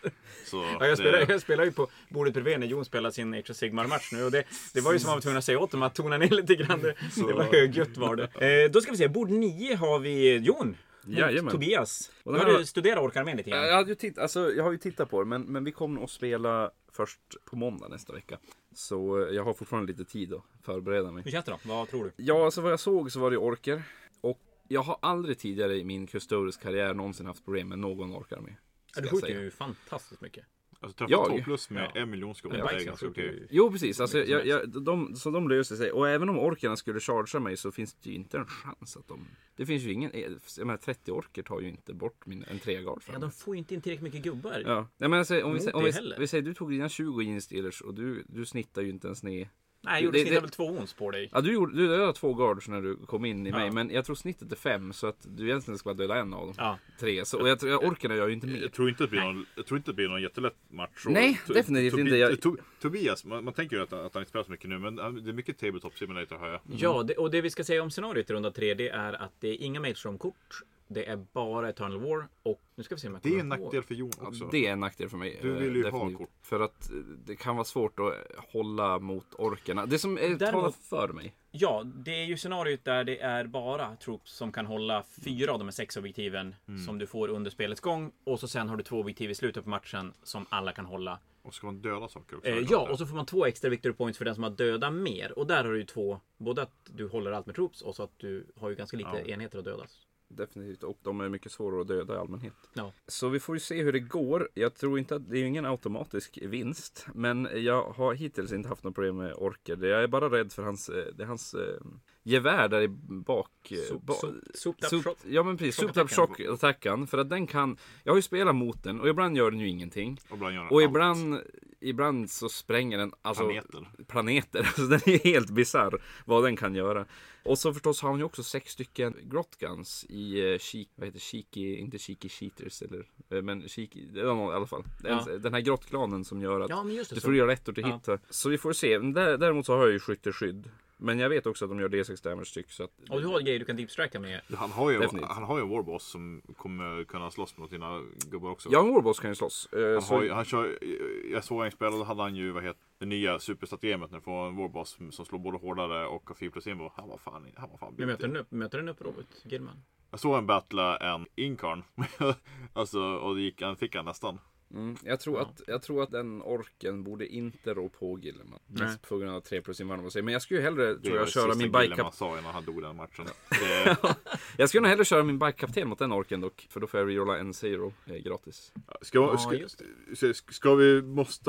Så, ja, jag, spelar, det... jag spelar ju på bordet bredvid när Jon spelar sin Age of Sigmar-match nu. Och det, det var ju som att man var tvungen att säga åt dem att tona ner lite grann. Det, det var högljutt var det. Eh, då ska vi se, bord nio har vi Jon. Jajamän. Tobias. Och Nu det har här- du studerat Orkarmén lite grann. Jag, hade ju titt- alltså, jag har ju tittat på det, men, men vi kommer nog att spela först på måndag nästa vecka. Så eh, jag har fortfarande lite tid att förbereda mig. Hur känns det då? Vad tror du? Ja, alltså vad jag såg så var det orker. Och jag har aldrig tidigare i min Custodius karriär någonsin haft problem med någon orkarmé. Ja, du jag skjuter säga. ju fantastiskt mycket. Alltså träffa Jag? två plus med Ja. en miljon skog. Men Det är Bikes ganska skjuter okej. ju... Jo, precis. Alltså, Mycket som jag, jag, de, så de löser sig. Och även om orkerna skulle chargea mig så finns det ju inte en chans att de... Det finns ju ingen... Jag menar, trettio orker tar ju inte bort min, en tregard för Ja, mig. de får ju inte in tillräckligt mycket gubbar. Ja. Nej, men alltså, om vi, Mot sä- om det vi, heller. vi säger du tog dina tjugo instealers och du, du snittar ju inte ens ner. Nej, jag gjorde Det- snittar det- väl två ons på dig. Ja, du gjorde du dödade två guards när du kom in i Ja. mig, men jag tror snittet är fem så att du egentligen ska bara döda en av dem. Ja. Tre. Så, och jag, tror- jag orkarna gör ju inte mer. Jag tror inte att det blir någon, jag tror inte att det blir någon jättelätt match. Och Nej, To- definitivt Tobi- inte. Jag- To- Tobias, man, man tänker ju att, att han inte spelar så mycket nu, men han- det är mycket tabletop simulator, hör jag. Ja, det, och det vi ska säga om scenariot i runda tre, det är att det är inga Maelstrom-kort. Det är bara Eternal War. Och nu ska vi se om jag Det är kommer en ihåg. nackdel för Jon Ja, också. det är en nackdel för mig. Du eh, vill ju ha definitivt. kort. För att eh, det kan vara svårt att hålla mot orkerna. Det som är Däremot- talar för mig. Ja, det är ju scenariot där det är bara troops som kan hålla fyra av de här sex objektiven Mm. som du får under spelets gång. Och så sen har du två objektiv i slutet på matchen som alla kan hålla. Och ska man döda saker också? Eh, ja, och så får man två extra victory points för den som har döda mer. Och där har du ju två, både att du håller allt med troops och så att du har ju ganska lite Ja. enheter att dödas. Definitivt. Och de är mycket svårare att döda i allmänhet. Ja. Så vi får ju se hur det går. Jag tror inte att det är ingen automatisk vinst. Men jag har hittills inte haft något problem med orker. Jag är bara rädd för hans, eh, det är hans eh, gevär där i bak. eh, Sop- ba- sop- souped up Sop- shot. Ja men precis, souped up Shockattacken. shock-attackan. För att den kan, jag har ju spelat mot den och ibland gör den ju ingenting. Och ibland, gör han Och allt. ibland, ibland så spränger den alltså, Planeter. planeter. Alltså, den är helt bizarr vad den kan göra. Och så förstås har hon ju också sex stycken grotguns i uh, Cheek, vad heter Cheeky, inte Cheeky Cheaters eller, eh, men Cheeky, det var någon, i alla fall. Den, Ja. den här grottklanen som gör att Ja, men just det. du Så. får göra ettor till Ja. hit här. Så vi får se. Men där, däremot så har jag ju skytteskydd. Men jag vet också att de gör D sex damage styck. Så att, Och du har grejer du kan deepstrika med. Han har ju, Definitivt. han har ju en warboss som kommer kunna slåss mot dina gubbar också. ja, en warboss kan ju slåss. Eh, Han så, har ju, han kör, jag såg en spel och då hade han ju, vad heter det nya superstrategemet när du får en warboss som slår både hårdare och har fyra plus info. Han var fan, han var fan Men möter bitig. den upp, möter den upp Robert Gilman? Jag såg en battla en inkarn. Alltså, och det gick, han fick han nästan. mm, jag, tror Ja. att, jag tror att den orken borde inte rå på Gilliman. Nej. Mest på grund av tre plus invandring. Men jag skulle ju hellre, Det tror var jag, det köra sista min Gilliman bike sa innan han dog den matchen. Det, Jag skulle nog hellre köra min bike-kapten mot den orken dock. För då får jag rerolla en zero eh, gratis. ska, Ja, ska, just ska, ska vi måste,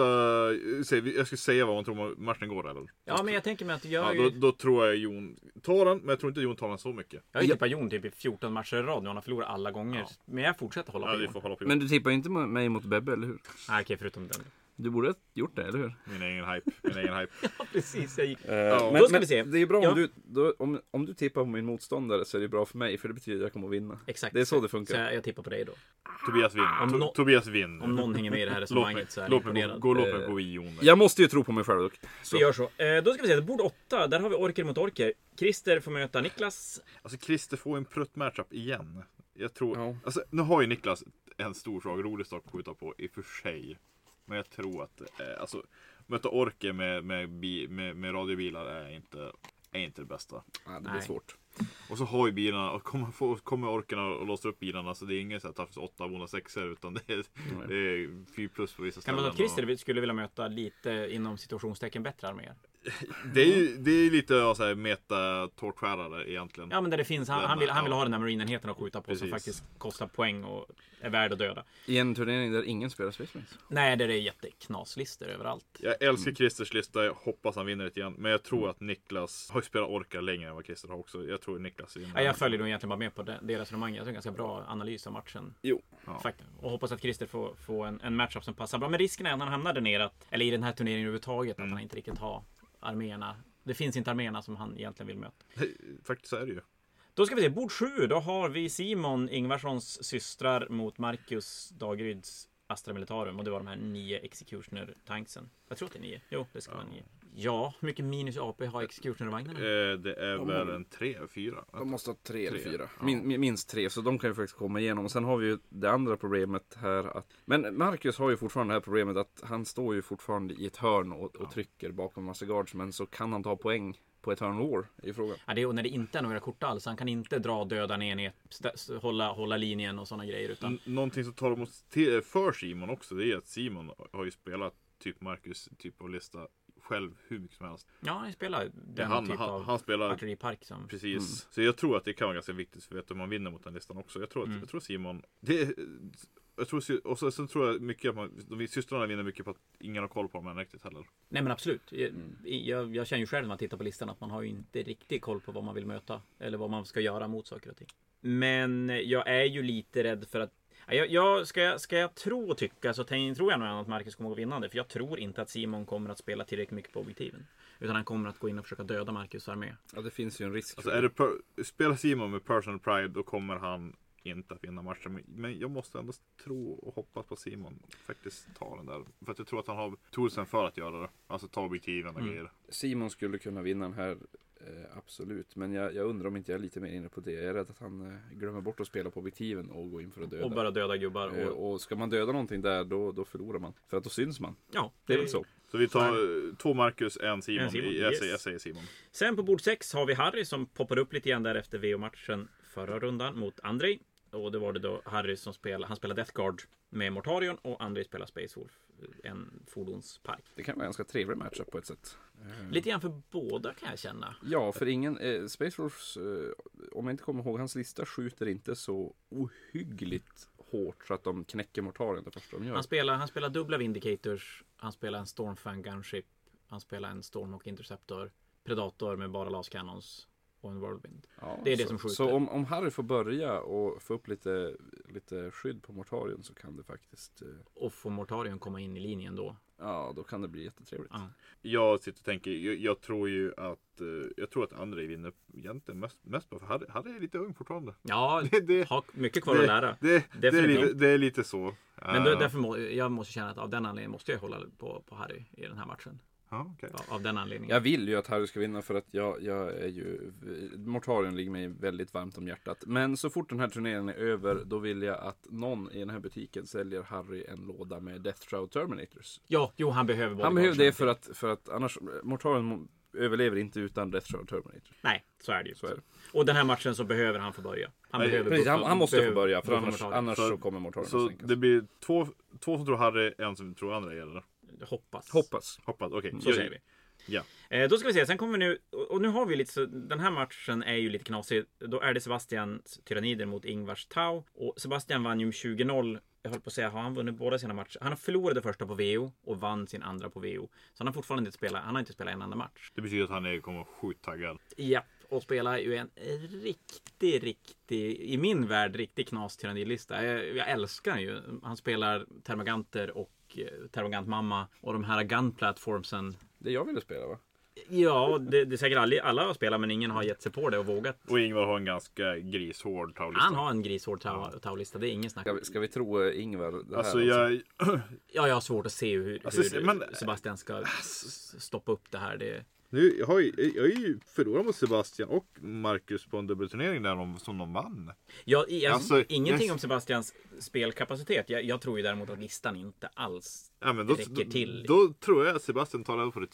se, jag ska säga vad man tror matchen går eller? Ja, men jag tänker mig att jag, Ja, är ju, då, då tror jag Jon tar den, men jag tror inte Jon tar den så mycket. jag har ju tippat Jon typ i fjorton matcher i rad nu. Han har förlorat alla gånger. Ja. Men jag fortsätter hålla Ja, på vi Jon. får hålla på. Men du tippar ju inte mo- mig mot Bebbe, eller hur? Nej, okej, förutom den. Du borde ha gjort det, eller hur? Min egen hype, min egen hype. Ja, precis. Jag gick. Ja. Men, Då ska men vi se. det är bra Ja. om, du, då, om, om du tippar på min motståndare så är det bra för mig. För det betyder att jag kommer att vinna. Exakt. Det är så det Så funkar. jag, jag tippar på dig då. Tobias vinner. Om To- nå- Tobias vinner. Om någon hänger med i det här Låt mig, resonemanget så är jag låt mig gå, imponerad. gå, låt mig Eh, gå i Jon. Jag måste ju tro på mig själv dock. Så. Vi gör så. Eh, då ska vi se. Bord åtta. Där har vi orker mot orker. Christer får möta Niklas. Alltså Christer får en prutt matchup igen. Jag tror, Ja. alltså nu har ju Niklas en stor sak, rolig sak att skjuta på i och för sig. Men jag tror att, eh, alltså möta orker med, med, bi, med, med radiobilar är inte, är inte det bästa. Ja, det blir Nej. svårt. Och så har ju bilarna, och kommer, få, kommer orkarna och låsa upp bilarna, så det är ingen så här Toughest åtta, Bona sexor, utan det är, det är fyra plus på vissa Kan ställen. man säga att Christer skulle vilja möta lite inom situationstecken bättre arméer? Det är ju det är lite ja, så här, meta tårtskärare egentligen. Ja, men där det finns, han, han, vill, han vill Ja. ha den där marinenheten att skjuta på Precis. som faktiskt kostar poäng och är värd att döda. I en turnering där ingen spelar Space Marines. Nej, där det är jätteknaslister överallt. Jag älskar Christers lista, jag hoppas han vinner lite igen. Men jag tror att Niklas har ju spelat orkar längre än vad Christer har också. Jag tror Niklas vinner. Ja, jag följer nog egentligen bara med på det, det resonemanget. Jag tror ganska bra analys av matchen. Jo. Ja. Faktiskt. Och hoppas att Christer får, får en, en matchup som passar bra. Men risken är att han hamnar där nere, att, eller i den här turneringen överhuvudtaget, Mm. att han inte riktigt har arméerna. Det finns inte arméerna som han egentligen vill möta. Faktiskt så är det ju. Då ska vi se, bord sju. Då har vi Simon Ingvarssons systrar mot Marcus Dagryds Astra Militarum. Och det var de här nio Executioner-tanksen. Jag tror att det är nio. Jo, det ska vara nio. Ja, hur mycket minus A P har Executioner-vagnarna? Eh, det är De väl har- en tre, fyra. De måste ha tre eller Tre, fyra. ja. Min, min- minst tre, så de kan ju faktiskt komma igenom. Och sen har vi ju det andra problemet här. Att, men Marcus har ju fortfarande det här problemet att han står ju fortfarande i ett hörn och, och trycker bakom massa guards. Men så kan han ta poäng på ett hörn war i frågan. Ja, det är, och när det inte är några kort alls. Han kan inte dra döda en enhet, stä- hålla, hålla linjen och sådana grejer. Utan, N- Någonting som talar mot till, för Simon också, det är att Simon har ju spelat typ Marcus typ av lista själv hur mycket som helst. ja, han spelar den Han, typ han, av han spelar artilleripark som... precis. Så jag tror att det kan vara ganska viktigt för att veta om man vinner mot den listan också. Jag tror att Mm. jag tror Simon det jag tror, och så, sen tror jag mycket att man, de systrarna vinner mycket på att ingen har koll på dem än riktigt heller. Nej, men absolut. Jag, jag, jag känner ju själv när man tittar på listan att man har ju inte riktigt koll på vad man vill möta. Eller vad man ska göra mot saker och ting. Men jag är ju lite rädd för att... Jag, jag, ska, jag, ska jag tro och tycka så tänk, tror jag nog att Marcus kommer att vinna det. För jag tror inte att Simon kommer att spela tillräckligt mycket på objektiven. Utan han kommer att gå in och försöka döda Marcus armé. Ja, det finns ju en risk. Alltså för är det per, spelar Simon med personal pride, då kommer han inte att vinna matchen. Men- Men jag måste ändå tro och hoppas på Simon faktiskt tar den där. För att jag tror att han har toolsen för att göra det. Alltså ta objektiven och Mm. grejer. Simon skulle kunna vinna den här, eh, absolut. Men jag, jag undrar om inte jag är lite mer inne på det. Jag är rädd att han eh, glömmer bort att spela på objektiven och gå in för att döda. Och bara döda gubbar. Eh, Och, och ska man döda någonting där, då, då förlorar man. För att då syns man. ja, Det är väl så. Så vi tar eh, två Marcus, en Simon. En Simon, I- Jag, yes. säger, jag säger Simon. Sen på bord sex har vi Harry som poppar upp lite grann där efter V O-matchen förra rundan mot Andrei. Och det var det då Harry som spelade, han spelade Death Guard med Mortarion och Andrei spelar Space Wolf, en fordonspark. Det kan vara en ganska trevlig matchup på ett sätt. Eh, Lite grann för båda kan jag känna. Ja, för ingen... Eh, Space Wolves, eh, om jag inte kommer ihåg, hans lista skjuter inte så ohyggligt hårt så att de knäcker Mortarion det första de gör. Han spelar, han spelar dubbla Vindicators, han spelar en Stormfang Gunship, han spelar en Stormhawk Interceptor, Predator med bara Las Cannons och en Whirlwind. Ja, det är det så, som skjuter. Så om, om Harry får börja och få upp lite, lite skydd på Mortarion så kan det faktiskt... Eh, Och får Mortarion komma in i linjen då. ja, då kan det bli jättetrevligt. Ja. Jag sitter och tänker, jag, jag tror ju att eh, jag tror att Andrei vinner egentligen mest, mest på för Harry, Harry är lite ung fortfarande. Ja, Det, det, har mycket kvar att lära. det, det, det, är Definitivt. lite, det är lite så. Men då, Eh, därför må, jag måste känna att av den anledningen måste jag hålla på, på Harry i den här matchen. ja, okej. Ja, av den anledningen. Jag vill ju att Harry ska vinna för att jag, jag är ju... Mortarion ligger mig väldigt varmt om hjärtat. Men så fort den här turneringen är över, då vill jag att någon i den här butiken säljer Harry en låda med Death Shroud Terminators. Ja, jo, han behöver både Han behöver guards det och- för att, för att annars... Mortarion överlever inte utan Death Shroud Terminator. Nej, så är det ju. Så är det. Och den här matchen så behöver han få börja. Han Nej, behöver Precis, han, buffa- han måste få behöver börja för buffa annars, Mortarion. annars Så- så kommer Mortarion Så att sänkas. det blir två, två som tror Harry, en som tror Andrei eller? Hoppas. Hoppas. Hoppas, okej. Så Jag- säger vi. Ja. Eh, då ska vi se, sen kommer vi nu, och och nu har vi lite så, den här matchen är ju lite knasig. Då är det Sebastians Tyrannider mot Ingvars Tau. Och Sebastian vann ju med tjugo noll. Jag höll på att säga, har han vunnit båda sina matcher? Han har förlorat det första på V O och vann sin andra på V O. Så han har fortfarande inte spelat, han har inte spelat en enda match. Det betyder att han är, kommer sjukt taggad. Japp, och spelar ju en riktig, riktig, i min värld, riktig knas tyrannidlista. Jag, jag älskar han ju. Han spelar Termaganter och eh, Termagant Mamma och de här gun platformsen. Det jag ville spela va? Ja, det, det är säkert alla, alla har spelat, men ingen har gett sig på det och vågat. Och Ingvar har en ganska grishård taulista. Han har en grishård tau- taulista, det är ingen snack. Ska vi, ska vi tro eh, Ingvar det här? Alltså jag... Ja, jag har svårt att se hur, Alltså, hur men- Sebastian ska s- stoppa upp det här. Det, Nu, jag har ju, jag är ju förlorat mot Sebastian och Marcus på en dubbelturnering där de, som de vann. jag, jag, Alltså, ingenting jag- om Sebastians spelkapacitet. Jag, jag tror ju däremot att listan inte alls Ja, men då, räcker då, till. då tror jag att Sebastian tar över på rutin.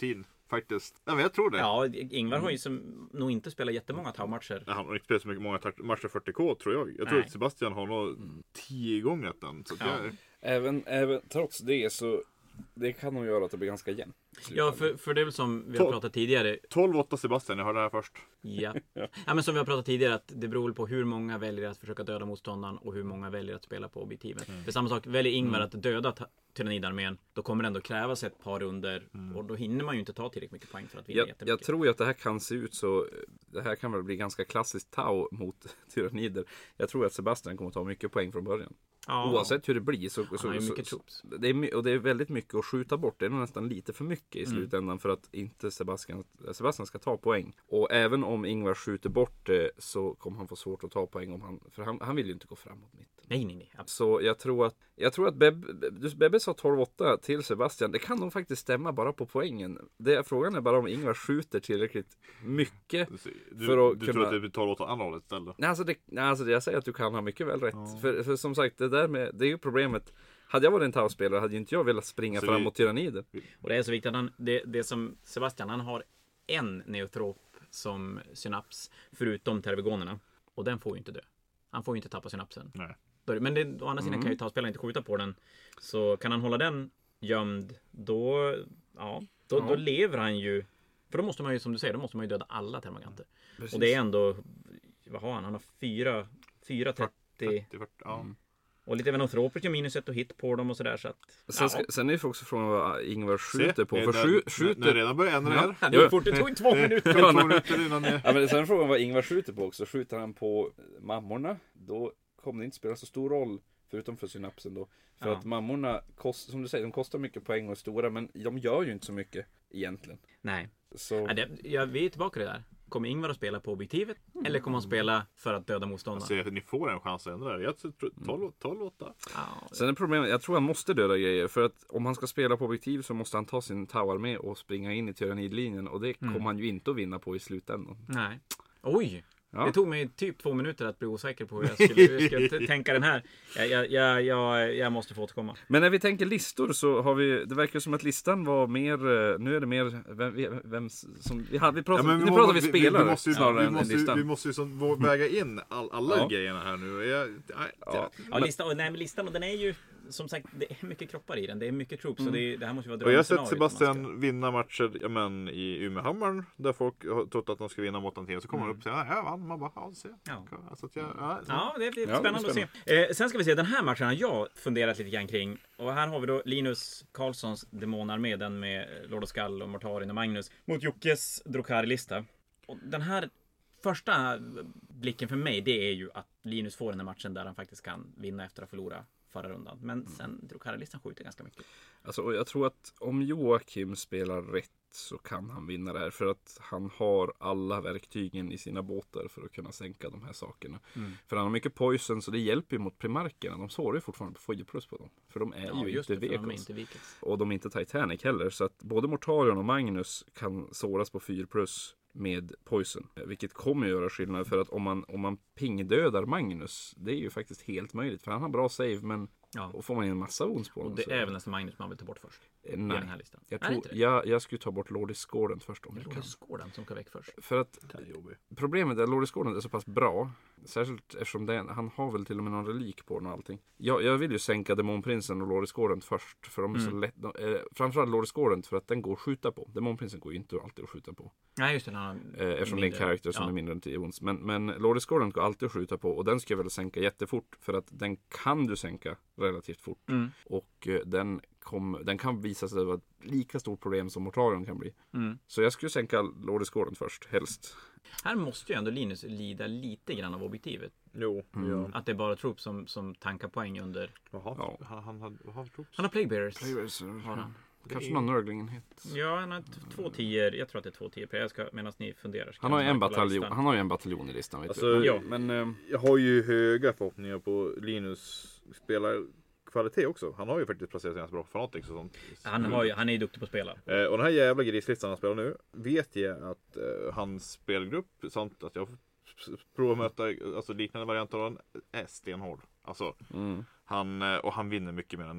faktiskt. Ja, men jag tror det. Ja, Ingvar har ju som, nog inte spelat jättemånga tau-matcher. Han har inte spelat så mycket många matcher fyrtio K tror jag. Jag tror Nej. att Sebastian har nog tio gånger den. Så att Ja. jag, Även, även trots det så det kan nog göra att det blir ganska jämnt. Ja, för, för det är väl som vi har Tolv. pratat tidigare. tolv åtta Sebastian, jag hörde det här först. Ja. ja, men som vi har pratat tidigare, att det beror på hur många väljer att försöka döda motståndaren och hur många väljer att spela på objektiven. Mm. För samma sak, väljer Ingvar att döda ta- tyrannidarmén, då kommer det ändå krävas ett par runder Mm. och då hinner man ju inte ta tillräckligt mycket poäng för att vinna Jag, jättemycket. jag tror ju att det här kan se ut så. Det här kan väl bli ganska klassiskt Tau mot tyrannider. Jag tror att Sebastian kommer ta mycket poäng från början. Ja. Oavsett hur det blir så, Han så, har ju så, mycket så troops. det är, my- och det är väldigt mycket att skjuta bort. Det är nog nästan lite för mycket i Mm. slutändan för att inte Sebastian, Sebastian ska ta poäng. Och även om Ingvar skjuter bort det så kommer han få svårt att ta poäng om han, för han, han vill ju inte gå framåt mitten. Nej, nej, nej. Absolut. Så jag tror att, jag tror att Beb, du- Bebbe sa tolv åtta till Sebastian. Det kan nog faktiskt stämma bara på poängen. Det, frågan är bara om Ingvar skjuter tillräckligt mycket. Du, För att du kunna- tror att det blir tolv åt andra hållet istället? Nej, alltså, det, nej, alltså det, jag säger att du kan ha mycket väl rätt. För, för som sagt, det där med, det är ju problemet. Hade jag varit en Tau-spelare hade ju inte jag velat springa Så fram vi- mot tyrannider. Och det är så viktigt att han, det, det som Sebastian, han har en neotrop som synaps förutom tervigonerna. Och den får ju inte dö. Han får ju inte tappa synapsen. Nej. Då- Men det, å andra sidan kan ju ta spelaren inte skjuta på den. Så kan han hålla den gömd, då, ja, då, Ja. då lever han ju. För då måste man ju, som du säger, då måste man ju döda alla termaganter. Precis. Och det är ändå, vad har han? Han har fyra, fyra trettio. trettio, fyrtio, ja. Och lite venotropers gör minus ett och hit på dem och sådär. Så att, Sen, ska, sen är det också frågan vad Ingvar skjuter på. Se, För när- skju, när- När det skjuter... redan börjar ändra Ja. här. Ja, Jo. det, fort, det tog två minuter. Det tog minuter innan det... Ja, men sen är frågan vad Ingvar skjuter på också. Skjuter han på mammorna, då kommer det inte spela så stor roll. Förutom för synapsen då. För Ja. att mammorna, kost, som du säger, de kostar mycket poäng och är stora. Men de gör ju inte så mycket egentligen. Nej, Så... ja, det, ja, vi är tillbaka i det där. Kommer Ingvar att spela på objektivet? Eller kommer han spela för att döda motståndaren? Alltså, ni får en chans att ändra det. Jag tror tolv, tolv åtta. Ja, Sen är problemet, jag tror han måste döda grejer. För att om han ska spela på objektiv så måste han ta sin Tau-armé och springa in i tyrannidlinjen. Och det kommer han ju inte att vinna på i slutändan. nej. Oj! Ja. Det tog mig typ två minuter att bli osäker på hur jag skulle, hur jag skulle t- tänka den här. Jag, jag, jag, jag, jag måste få återkomma. Men när vi tänker listor så har vi, det verkar som att listan var mer, eh, nu är det mer, vem, vem som, vi, hade, vi pratar, men nu må- pratar vi spelare vi måste ju, snarare vi än måste, ju- listan. Vi måste ju som, vå- väga in all, alla Ja. grejerna här nu. Jag, nej, Ja. Ja, listan, och, nej, men listan, och den är ju som sagt, det är mycket kroppar i den. Det är mycket troops. Så det, det här måste ju vara Och jag har sett drömscenariot om man Sebastian vinna matcher ja, men, i Umeåhammaren där folk har trott att de ska vinna mot en till. Så kommer han upp och säger ja, jag vann. Man bara, ja, se. Ja. Alltså, att jag, ja, så. Ja, det är det är spännande, att se. Eh, sen ska vi se, den här matchen har jag funderat lite grann kring. Och här har vi då Linus Karlssons demonarmé, den med Lord of Skull och Mortarin och Magnus, mot Jockes Drukari-lista. Och den här första blicken för mig, det är ju att Linus får den här matchen där han faktiskt kan vinna efter att förlora förra rundan. Men sen Drukari-listan skjuter ganska mycket. Alltså, och jag tror att om Joakim spelar rätt så kan han vinna det här. För att han har alla verktygen i sina båtar för att kunna sänka de här sakerna. Mm. För han har mycket poison så det hjälper ju mot primarkerna. De sårar ju fortfarande på fyra plus på dem. För de är Ja, ju just inte det, för de är vehicles. inte vehicles. Och de är inte Titanic heller. Så att både Mortarion och Magnus kan såras på fyra plus med poison. Vilket kommer att göra skillnad för att om man, om man pingdödar Magnus, det är ju faktiskt helt möjligt. För han har bra save men Ja. och får man ju en massa ons på Och honom. det så- är väl nästan Magnus man vill ta bort först. Eh, I Nej, den här listan. jag, Är det tror, inte det? jag, jag skulle ta bort Lord Discordant först om Det jag är kan. Skådan som ska väck först. För att Det är jobbigt. problemet är att Lord Discordant är så pass bra. Särskilt eftersom det, han har väl till och med någon relik på den och allting. Jag, jag vill ju sänka Demonprinsen och Lord Discordant först. För de är så Mm. lätt. De, eh, framförallt Lord Discordant för att den går att skjuta på. Demonprinsen går ju inte alltid att skjuta på. Nej, just det. Han har Eh, eftersom det är en mindre- karaktär som ja. är mindre än tio ons. Men, men Lord Discordant går alltid att skjuta på. Och den ska jag väl sänka jättefort. För att den kan du sänka relativt fort. Mm. Och eh, den, kom, den kan visa sig vara ett lika stort problem som Mortarion kan bli. Mm. Så jag skulle sänka Lord Discordant först, helst. Här måste ju ändå Linus lida lite grann av objektivet. Jo, Mm. ja. Att det är bara Troops som, som tankar poäng under. Jaha, Ja. han, han, han, vad har vi troops? Han har Plague Bearers. Har han. Kanske någon nörglingenhet. Ja, han har t- två tior. Jag tror att det är två tior. Jag ska, medan ni funderar. ska Han har ju jag en kolla bataljon, listan. han har ju en bataljon i listan. Vet Alltså, du. Men, ja. men eh, Jag har ju höga förhoppningar på Linus spelarkvalitet också. Han har ju faktiskt placerat sig ganska bra på Fanatics och sånt. Han, har ju, han är ju duktig på att spela. Eh, och den här jävla grislistan han spelar nu vet jag att eh, hans spelgrupp samt att jag får s- prova att möta alltså, liknande varianter av den är stenhård. Alltså, mm. han, eh, och han vinner mycket mer än nu.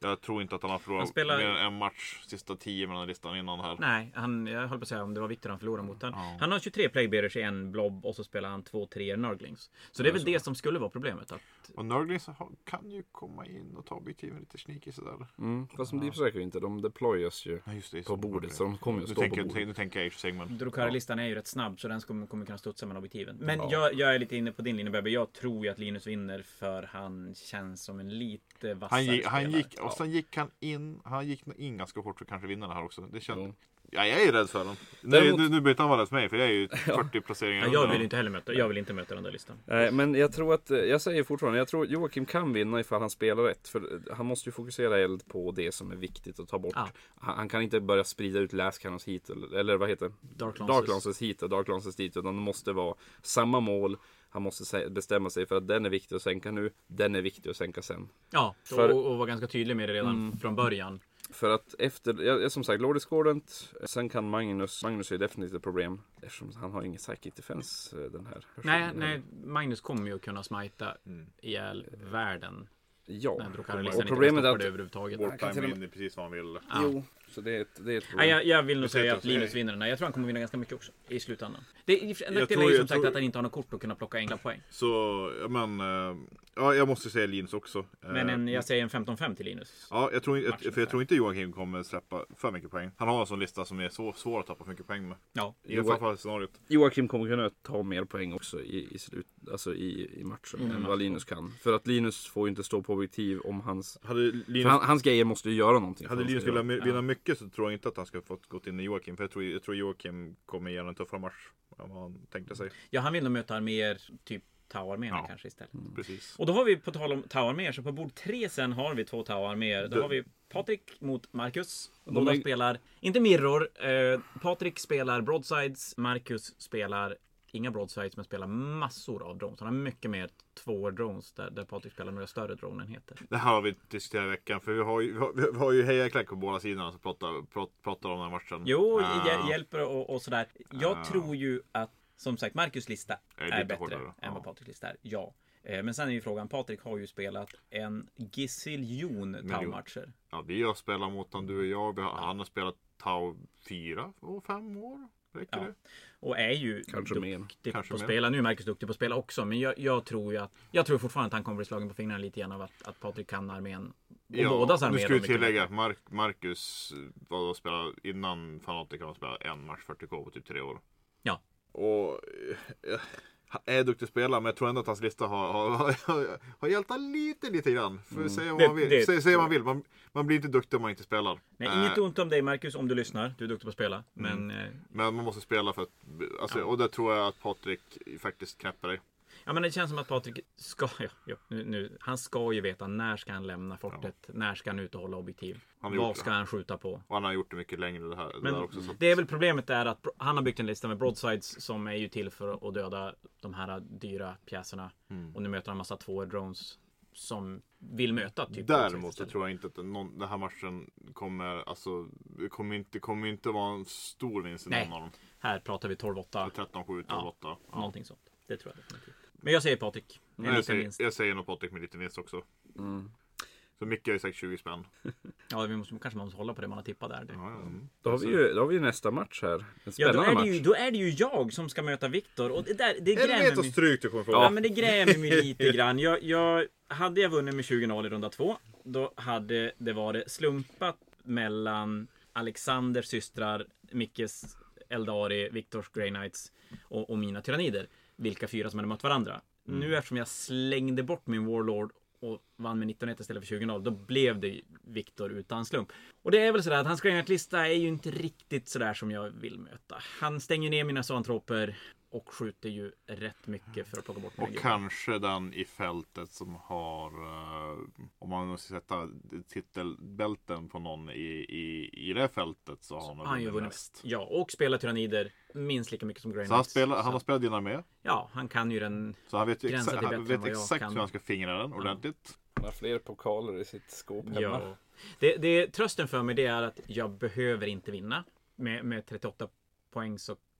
Jag tror inte att han har förlorat Han spelar- mer än en match sista tio mellan listan innan här. Nej, han, jag höll på att säga om det var Victor han förlorade mot. Han, Ja. han har tjugotre Plaguebearers i en blob och så spelar han två tre Nurglings. Så det är väl det som skulle vara problemet. Att, Och Nurglings har- kan ju komma in och ta objektiven lite sneaky sådär. Mm, fast de deepsträcker inte, de deployas ju Ja, just det, på så bordet. det. Så de kommer ju att Nu stå på tänker, bordet. nu tänker jag Age of Sigmund. Drukari-listan är ju rätt snabb så den kommer, kommer kunna studsa mellan objektiven. Men Ja. jag, jag är lite inne på din linje Bebbe. Jag tror ju att Linus vinner för han känns som en lite vassare Han gick, han spelare. gick, och sen gick han in, han gick nog in ganska hårt för att kanske vinna det här också. Det känns, Jo. ja, jag är rädd för honom. Nu, Däremot- nu, nu byter han vara rädd för mig, för jag är ju fyrtio placeringar Ja, jag under. vill inte heller möta, jag vill inte möta den där listan. Nej, men jag tror att, jag säger fortfarande, jag tror Joakim kan vinna ifall han spelar rätt. För han måste ju fokusera eld på det som är viktigt att ta bort. Ja. Han, han kan inte börja sprida ut Läskarnas hit, eller, eller vad heter det? Dark Lances. Dark Lances hit och Dark Lances dit. Utan det måste vara samma mål. Han måste sä- bestämma sig för att den är viktig att sänka nu, den är viktig att sänka sen. Ja, För- och, och var ganska tydlig med det redan från början. För att efter, ja, ja, som sagt, Lord Discordant, sen kan Magnus, Magnus är definitivt ett problem. Eftersom han har ingen psychic defense eh, den här. Nej, versionen. nej, Magnus kommer ju att kunna smita ihjäl världen. Ja, När Drukari-listan och inte problemet stoppar är det att, överhuvudtaget. kan till Wartime och in i precis vad han vill. Ja. jo, så det är ett, det är ett problem. Nej, jag, jag vill nog Det säga sätter att sig. Linus vinner den här. Jag tror han kommer vinna ganska mycket också i slutändan. Det enda Jag fel är tror- ju som jag sagt tror- att han inte har något kort att kunna plocka enkla poäng. Så, ja, men, eh, ja, jag måste säga Linus också. Men Eh, en, jag säger en femton fem till Linus. Ja, jag tror, inte- matchen för jag tror inte Joakim kommer släppa för mycket poäng. Han har en sån lista som är så svår att tappa för mycket poäng med. Ja. I alla fall scenariot. Joakim kommer kunna ta mer poäng också i, i, slut, alltså i, i matchen Mm, än matchen. vad Linus kan. För att Linus får ju inte stå på objektiv om hans... Hade För Linus, han, hans grejer måste ju göra någonting. för hade att han Linus ska velat göra- my- vinna mycket så tror jag inte att han ska fått gått in i Joakim. För jag tror, jag tror Joakim kommer ge en tuffare match än vad han tänkte sig. Ja, han vill nog möta mer typ Tau-arméerna Ja. kanske istället. Precis. Och då har vi på tal om Tau-arméer, så på bord tre sen har vi två Tau-arméer. Då Det- har vi Patrik mot Marcus. De Båda är- spelar, inte mirror. Eh, Patrik spelar broadsides. Marcus spelar inga broadsides men spelar massor av drones. Han har mycket mer två drones där, där Patrik spelar några större dronenheter. Det här har vi diskuterat i veckan. För vi har ju, vi har, vi har ju hejaklack på båda sidorna som pratar, pratar, pratar om den här matchen. Jo, Ah. hjä- hjälper och, och sådär. Jag Ah. tror ju att, som sagt, Marcus lista Är är, lite bättre hårdare, än ja. vad Patriks lista är. Ja. Eh, Men sen är ju frågan, Patrik har ju spelat en gaziljon Tau-matcher. Ja, vi har spelat mot honom, du och jag. Vi har, Han har spelat Tau fyra och fem år. Räcker Ja. det? Och är ju Kanske mer. duktig Kanske på att mer. spela. Nu är Marcus duktig på att spela också. Men jag, jag tror ju att Jag tror fortfarande att han kommer bli slagen på fingrarna lite grann av att, att Patrik kan armén. Och Ja, bådas armé. nu ska då vi mycket tillägga bättre. att Mark, Marcus var då spelade innan Fanatic har spelat en match fyrtio K på typ tre år. Ja. Och eh, han är duktig spelare, men jag tror ändå att hans lista har, har, har, har hjälpt han lite, lite grann. För säga vad Det- man vill. det- Säg, säg vad man vill. Man, man blir inte duktig om man inte spelar. Nej, Eh, inget ont om dig Marcus om du lyssnar. Du är duktig på att spela. Mm. Men eh, Men man måste spela för att, alltså, Ja. och det tror jag att Patrik faktiskt knäpper dig. Ja, men det känns som att Patrik ska, ja, ja, nu, nu, han ska ju veta när ska han lämna fortet, när ska han ut och hålla objektiv, Han har gjort vad det. ska han skjuta på. Och han har gjort det mycket längre det här. Det Men där också, så att, det är väl problemet är att bro- han har byggt en lista med broadsides som är ju till för att döda de här dyra pjäserna. Mm. Och nu möter han en massa två drones som vill möta typ Däremot broadsides så istället. tror jag inte att någon, den här matchen kommer, alltså, det kommer inte, kommer inte vara en stor vinst i Nej. någon av dem. Här pratar vi tolv åtta, tretton sju, Ja, tolv åtta. Ja. någonting sånt. Det tror jag definitivt. Men jag säger Patrik. En Men jag, liten säger, vinst. jag säger nog Patrik med lite vinst också. Mm. Så Micke har ju sagt tjugo spänn. Ja, vi måste, kanske man måste hålla på det man har tippat där. Det. Ja, ja. Mm. Då, har vi ju, då har vi ju nästa match här. En Ja, då spännande är, match. det ju, då är det ju jag som ska möta Viktor. Och det, där, det grämer Helvete mig. stryk du kommer få. Ja, men det grämer mig lite grann. Jag, jag, hade jag vunnit med tjugo noll i runda två, då hade det varit slumpat mellan Alexanders systrar, Mickes Eldari, Viktors Grey Knights och, och mina tyrannider. Vilka fyra som hade mött varandra. Mm. Nu eftersom jag slängde bort min Warlord och vann med nitton ett istället för tjugo noll, då blev det Viktor utan slump. Och det är väl sådär att hans Grey Knight-lista är ju inte riktigt sådär som jag vill möta. Han stänger ner mina zoantroper och skjuter ju rätt mycket för att plocka bort mina Och gubbar. kanske den i fältet som har, eh, om man måste sätta titelbälten på någon i, i, i det fältet så har han nog Han har ju vunnit vunnit mest. mest. Ja, och spelar tyrannider minst lika mycket som Grey Så han, Knights. spelar, han Så- har spelat din armé. Ja, han kan ju den. Så han vet, ju Gränsen exakt, till han bättre än vet vad jag exakt kan. hur han ska fingra den ordentligt. Han har fler pokaler i sitt skåp hemma. Ja. Det, det, trösten för mig det är att jag behöver inte vinna. Med, med trettioåtta poäng så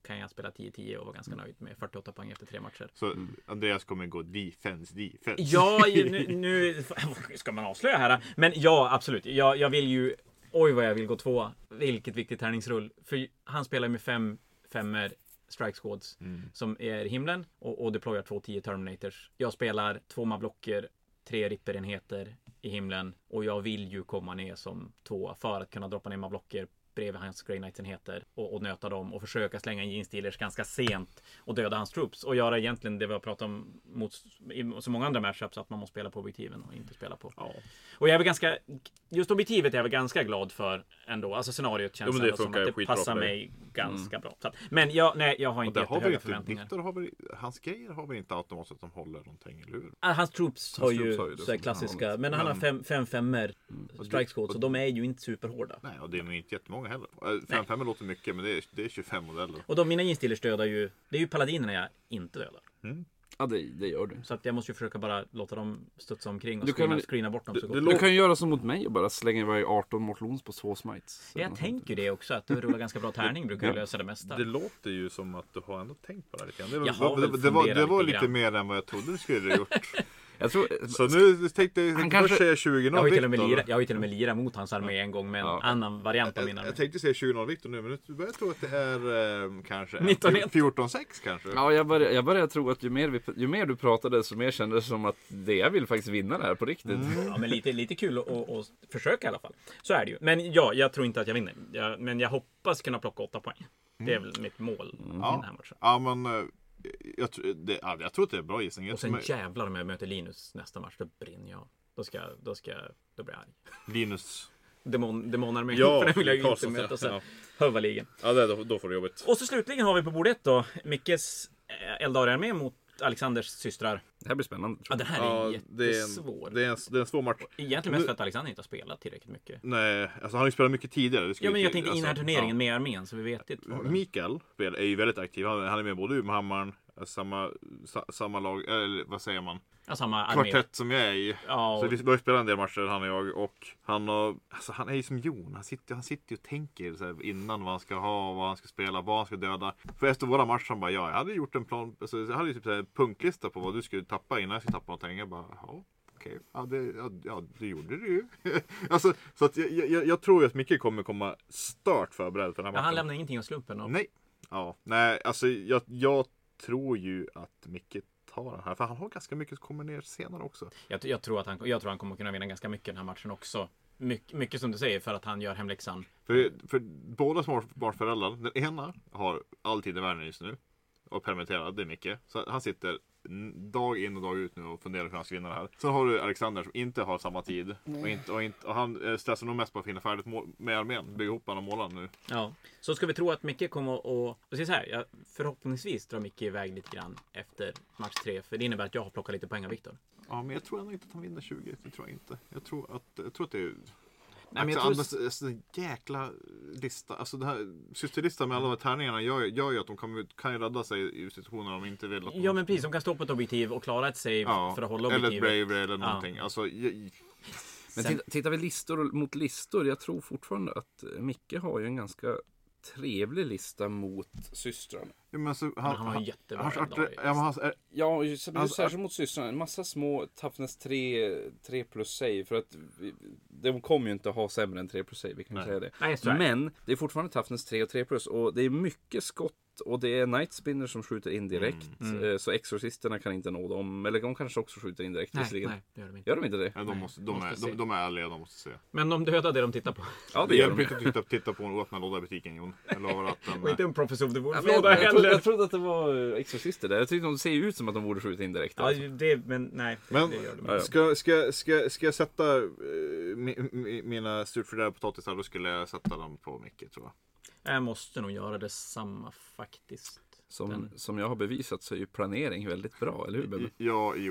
kan jag spela tio tio och vara ganska nöjd med fyrtioåtta poäng efter tre matcher. Så mm. Andreas kommer gå defense, defense. Ja, nu, nu ska man avslöja här. Men ja, absolut. Jag, jag vill ju, oj vad jag vill gå två. Vilket viktigt tärningsrull. För han spelar med fem femmer strike squads mm. som är i himlen och, och deployar två tio Terminators. Jag spelar två mablocker, tre ripperenheter i himlen och jag vill ju komma ner som två för att kunna droppa ner mablocker bredvid hans Grey Knight-enheter och, och nöta dem och försöka slänga in Gene Stealers ganska sent och döda hans troops och göra egentligen det vi har pratat om mot i så många andra matchups att man måste spela på objektiven och inte spela på. Ja. Och jag är väl ganska, just objektivet är jag väl ganska glad för ändå. Alltså scenariot känns jo, ändå som att det passar mig ganska mm. bra. Så att, men jag, nej, jag har inte jättehöga förväntningar. Viktor har väl, hans grejer har väl inte automatiskt att de håller någonting, eller hur? Ah, hans troops har ju, har ju så klassiska, han men han har fem, fem femmer mm. strike squads så de är ju inte superhårda. Nej, och det är nog inte jättemånga heller. Fem femmer låter mycket, men det är, det är tjugofem modeller. Och de mina Gene Stealers dödar ju, det är ju paladinerna jag inte dödar. Mm. Ja, det, det gör du. Så att jag måste ju försöka bara låta dem studsa omkring och du screena, kan, screena bort dem du, så du, gott. Du kan ju göra som mot mig och bara slänga iväg arton mortlons på två smites. Jag tänker ju det också, att du rullar ganska bra tärning brukar jag lösa det mesta. Det låter ju som att du har ändå tänkt på det lite grann. Det, var, det, det, var, det var lite, lite mer än vad jag trodde du skulle gjort. Jag tror, så nu tänkte jag, jag kanske säga tjugo noll. Jag har ju till och med lira, jag har ju till och med lira mot hans armé en gång med en ja. annan variant av min armé. Jag tänkte säga tjugo noll Victor nu, men jag börjar tro att det är eh, kanske nitton fjorton sex kanske. Ja, jag börjar, jag börjar tro att ju mer, vi, ju mer du pratade så mer kändes det som att det jag vill faktiskt vinna det här på riktigt. Mm. Ja, men lite, lite kul att, att, att försöka i alla fall. Så är det ju. Men ja, jag tror inte att jag vinner. Jag, men jag hoppas kunna plocka åtta poäng. Det är väl mitt mål mm. i den här matchen. Ja, men... Jag, det, jag tror att det är bra gissning. Och sen jävlar om jag möter Linus nästa match, då brinner jag. Då ska då ska då blir jag arg. Linus Demon demonarmén ja, för den vill jag ju inte möta sen. Ja. Hövaligen. Ja, det, då, då får du jobbet. Och så slutligen har vi på bordet då Mickes Eldari-armé mot Alexanders systrar. Det här blir spännande. Ja, den här är ja, jättesvår. Det är, en, det är en svår match. Egentligen mest för att Alexander inte har spelat tillräckligt mycket. Nej, alltså han har ju spelat mycket tidigare. Ja, men jag tänkte alltså, in här turneringen ja. med armén så vi vet inte. Mikael är ju väldigt aktiv. Han är med både med Hammaren, samma, sa, samma lag, eller vad säger man? Ja, samma armé. Kvartett som jag är i. Ja, och... Så vi börjar spela en del matcher, han och jag. Och han, har, alltså, han är ju som Jon. Han sitter, han sitter och tänker så här, innan vad han ska ha, vad han ska spela, vad han ska döda. För efter våra matcher han bara, ja, jag hade gjort en plan. Alltså, jag hade ju typ en punktlista på vad du skulle tappa innan jag skulle tappa någonting. Jag bara, ja. Okej, ja det, ja, ja, det gjorde du ju. Alltså, så att jag, jag, jag tror ju att Micke kommer komma start förberedd för den här matchen. Ja, han lämnar ingenting åt slumpen. Och... Nej, ja, nej, alltså jag, jag tror ju att Micke tar den här. För han har ganska mycket som kommer ner senare också. Jag, jag, tror att han, jag tror han kommer kunna vinna ganska mycket den här matchen också. My, mycket som du säger för att han gör hemläxan. För, för båda småbarnsföräldrar, den ena har all tid i världen just nu. Och permitterad, det är Micke. Så han sitter dag in och dag ut nu och funderar hur han ska vinna det här. Sen har du Alexander som inte har samma tid. Och, inte, och, inte, och han stressar nog mest på att finna färdigt med armén. Bygga ihop han och måla nu. Ja, så ska vi tro att Micke kommer och... Precis här, jag, förhoppningsvis drar Micke iväg lite grann efter match tre. För det innebär att jag har plockat lite poäng av Victor. Ja, men jag tror ändå inte att han vinner tjugo. Det tror jag inte. Jag tror att, jag tror att det är... Nej, men alltså, jag tror... en jäkla lista. Alltså det här systerlistan med alla de här tärningarna gör, gör ju att de kan, kan ju rädda sig i situationer de inte vill. Att de ja, men precis. De kan stå på ett objektiv och klara ett save ja, för att hålla objektivet. Eller ett bravery eller någonting. Ja. Alltså, jag... Men titta, tittar vi listor mot listor. Jag tror fortfarande att Micke har ju en ganska trevlig lista mot systrarna. Ja, men alltså, han, men han har ju jättebra han, ja, men han, ja, och just, han, särskilt mot systrarna. En massa små toughness tre plus save. För att vi, de kommer ju inte ha sämre än tre plus save. Vi kan ju säga det. Nej, men det är fortfarande toughness tre och tre plus. Och det är mycket skott. Och det är Night Spinner som skjuter in direkt. Mm. Mm. Så exorcisterna kan inte nå dem. Eller de kanske också skjuter in direkt. Nej, nej det gör de inte. Gör de inte det? Ja, de, måste, de, måste är, de, de är ärliga, de måste se. Men de dödar det de tittar på. Ja, det gör de. Jag titta, titta på en öppna låda i butiken, Jon. Jag lovar att de... Och inte en Prophecy of the Wolf ja, jag, jag, jag, trodde, jag trodde att det var exorcister där. Jag tyckte de ser ut som att de borde skjuta in direkt. Ja, alltså. det, men nej. Men det gör de. Ska, ska, ska, ska jag sätta uh, mi, mi, mina styrtfördelade potatisar, då skulle jag sätta dem på Micke, tror jag. Jag måste nog göra detsamma faktiskt. Som, som jag har bevisat så är ju planering väldigt bra, eller hur? Ja, jo.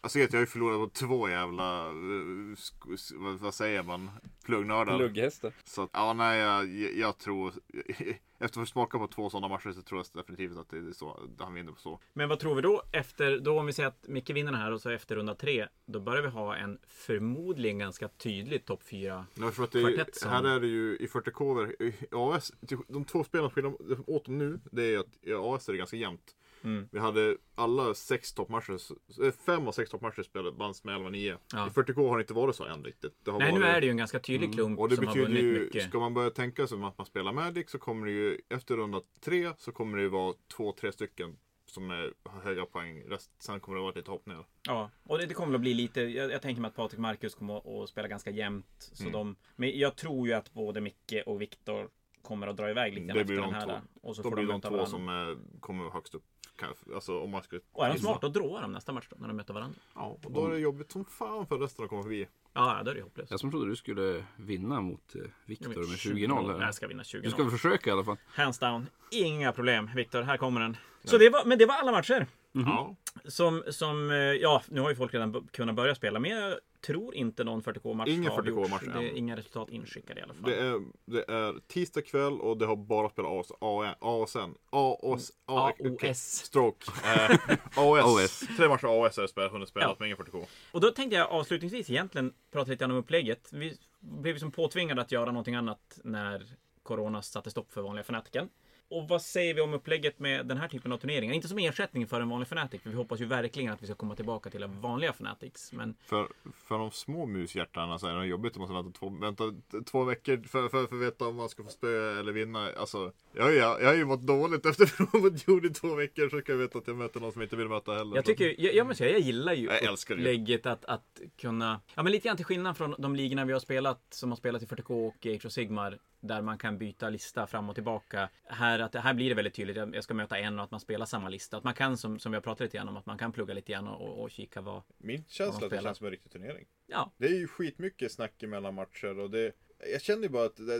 Alltså jag har ju förlorat på två jävla, uh, sk- s- vad, vad säger man, pluggnördar. Plugghästar. Så att, ja nej, jag, jag, jag tror, efter att smaka på två sådana matcher så tror jag definitivt att det är så, han vinner på så. Men vad tror vi då efter, då om vi säger att Micke vinner den här och så efter runda tre, då börjar vi ha en förmodligen ganska tydlig topp fyra Ja, för att det, kvartett som... här är det ju i fyrtio K, i A S, de två spelarna skiljer åt dem nu, det är att i A S är det ganska jämnt. Mm. Vi hade alla sex toppmatcher, fem av sex toppmatcher spelade bands med elva nio. Ja. I fyrtio K har det inte varit så än riktigt. Det har Nej, varit... nu är det ju en ganska tydlig klump Och det som har betyder vunnit ju, mycket. ska man börja tänka sig att man spelar Magic så kommer det ju, efter runda tre så kommer det ju vara två, tre stycken som är, har höga poäng. Rest, sen kommer det vara lite hopp ner. Ja, och det, det kommer att bli lite, jag, jag tänker mig att Patrik Marcus kommer att, att spela ganska jämnt. Så Mm. de, men jag tror ju att både Micke och Viktor kommer att dra iväg lite Det efter blir den de här. två. Och så Då får blir de de möta två varandra. som är, kommer högst upp. Kanske. Alltså om man skulle... Och är de smarta att dråa dem nästa match då, när de möter varandra? Ja, och då är det jobbigt som fan för resten att komma förbi. Ja, då är det hopplöst. Jag som trodde du skulle vinna mot eh, Viktor med tjugo noll. Jag ska vinna tjugo Du noll. ska väl försöka i alla fall. Hands down. Inga problem. Viktor, här kommer den. Så det var, men det var alla matcher. Ja. Som, som, eh, ja, nu har ju folk redan b- kunnat börja spela. Men jag tror inte någon fyrtio K-match Ingen har fyrtio avgjorts. K-match Det är än. inga resultat inskickade i alla fall. Det är, det är tisdag kväll och det har bara spelat A S, A S N. A S, A O S. Stroke. Eh, A A S. S. Tre matcher A S är spelat, hunnit spelat Ja. med ingen fyrtio K. Och då tänkte jag avslutningsvis egentligen prata lite grann om upplägget. Vi blev som påtvingade att göra någonting annat när Corona satte stopp för vanliga fanatiken. Och vad säger vi om upplägget med den här typen av turneringar? Inte som ersättning för en vanlig Fnatic, för vi hoppas ju verkligen att vi ska komma tillbaka till vanliga Fanatics. Men För, för de små mushjärtarna så är det jobbigt att man måste vänta två, vänta t- två veckor för, för, för att veta om man ska få spö eller vinna. Alltså, jag, jag, jag har ju mått dåligt efter att jag var gjord i två veckor, så ska jag veta att jag möter någon som inte vill möta heller. jag tycker, jag, jag måste säga, jag gillar ju Jag älskar det. upplägget att, att kunna, ja men lite grann till skillnad från de ligorna vi har spelat, som har spelat i fyrtio K och Age of Sigmar, där man kan byta lista fram och tillbaka. Här, att, här blir det väldigt tydligt, jag ska möta en och att man spelar samma lista. Att man kan, som, som vi har pratat lite grann om, att man kan plugga lite grann och, och kika vad... Min känsla är att det spelar. känns som en riktig turnering. Ja, Det är ju skitmycket snack mellan matcher och det... Jag känner ju bara att det,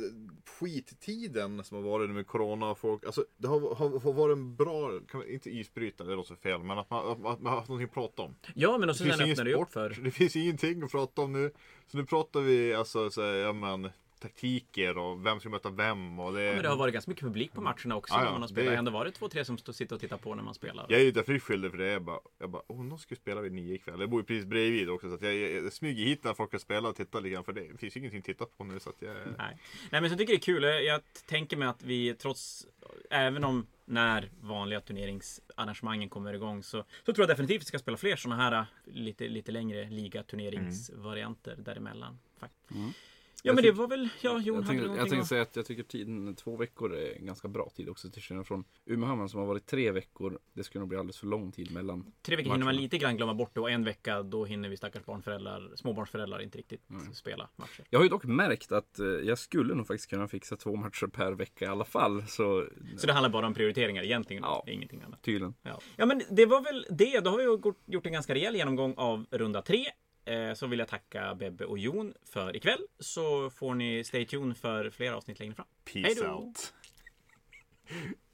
skittiden som har varit med corona och folk, alltså det har, har, har varit en bra, kan man, inte isbrytare, det låter så fel, men att man, att man, att man har haft någonting att prata om. ja men och Det så finns sen ingen öppnar det ju upp sport, för... det finns ingenting att prata om nu. Så nu pratar vi alltså så här, ja men taktiker och vem ska möta vem och det... Ja, men det har varit ganska mycket publik på matcherna också Ja, ja, när man har spelat. Det det- har ändå varit två, tre som står, sitter och tittar på när man spelar. Jag är ju därför skyldig för det. Jag bara, jag bara åh, de ska spela vid nio ikväll. Jag bor ju precis bredvid också, så att jag, jag, jag smyger hit när folk ska spela och titta lite grann, för det finns ju ingenting att titta på nu, så att jag... Nej. Nej, men så tycker jag det är kul. Jag, jag tänker mig att vi trots, även om när vanliga turneringsarrangemangen kommer igång, så, så tror jag definitivt vi ska spela fler sådana här lite, lite längre ligaturneringsvarianter däremellan. Fakt. Mm. Ja, men det var väl, ja, Jon, Jag hade du tänkte, jag någonting tänkte att... säga att jag tycker tiden två veckor är en ganska bra tid också, till skillnad från Umeåhammaren som har varit tre veckor. Det skulle nog bli alldeles för lång tid mellan. Tre veckor hinner man matcherna. lite grann glömma bort det, och en vecka då hinner vi stackars barnföräldrar, småbarnsföräldrar inte riktigt Mm. spela matcher. Jag har ju dock märkt att eh, jag skulle nog faktiskt kunna fixa två matcher per vecka i alla fall. Så, Så det handlar bara om prioriteringar egentligen, Ja. ingenting annat. tydligen. Ja. ja, men det var väl det. Då har vi ju gjort- gjort en ganska rejäl genomgång av runda tre. Eh, Så vill jag tacka Bebbe och Jon för ikväll. Så får ni stay tuned för flera avsnitt längre fram. Hej Peace då. out.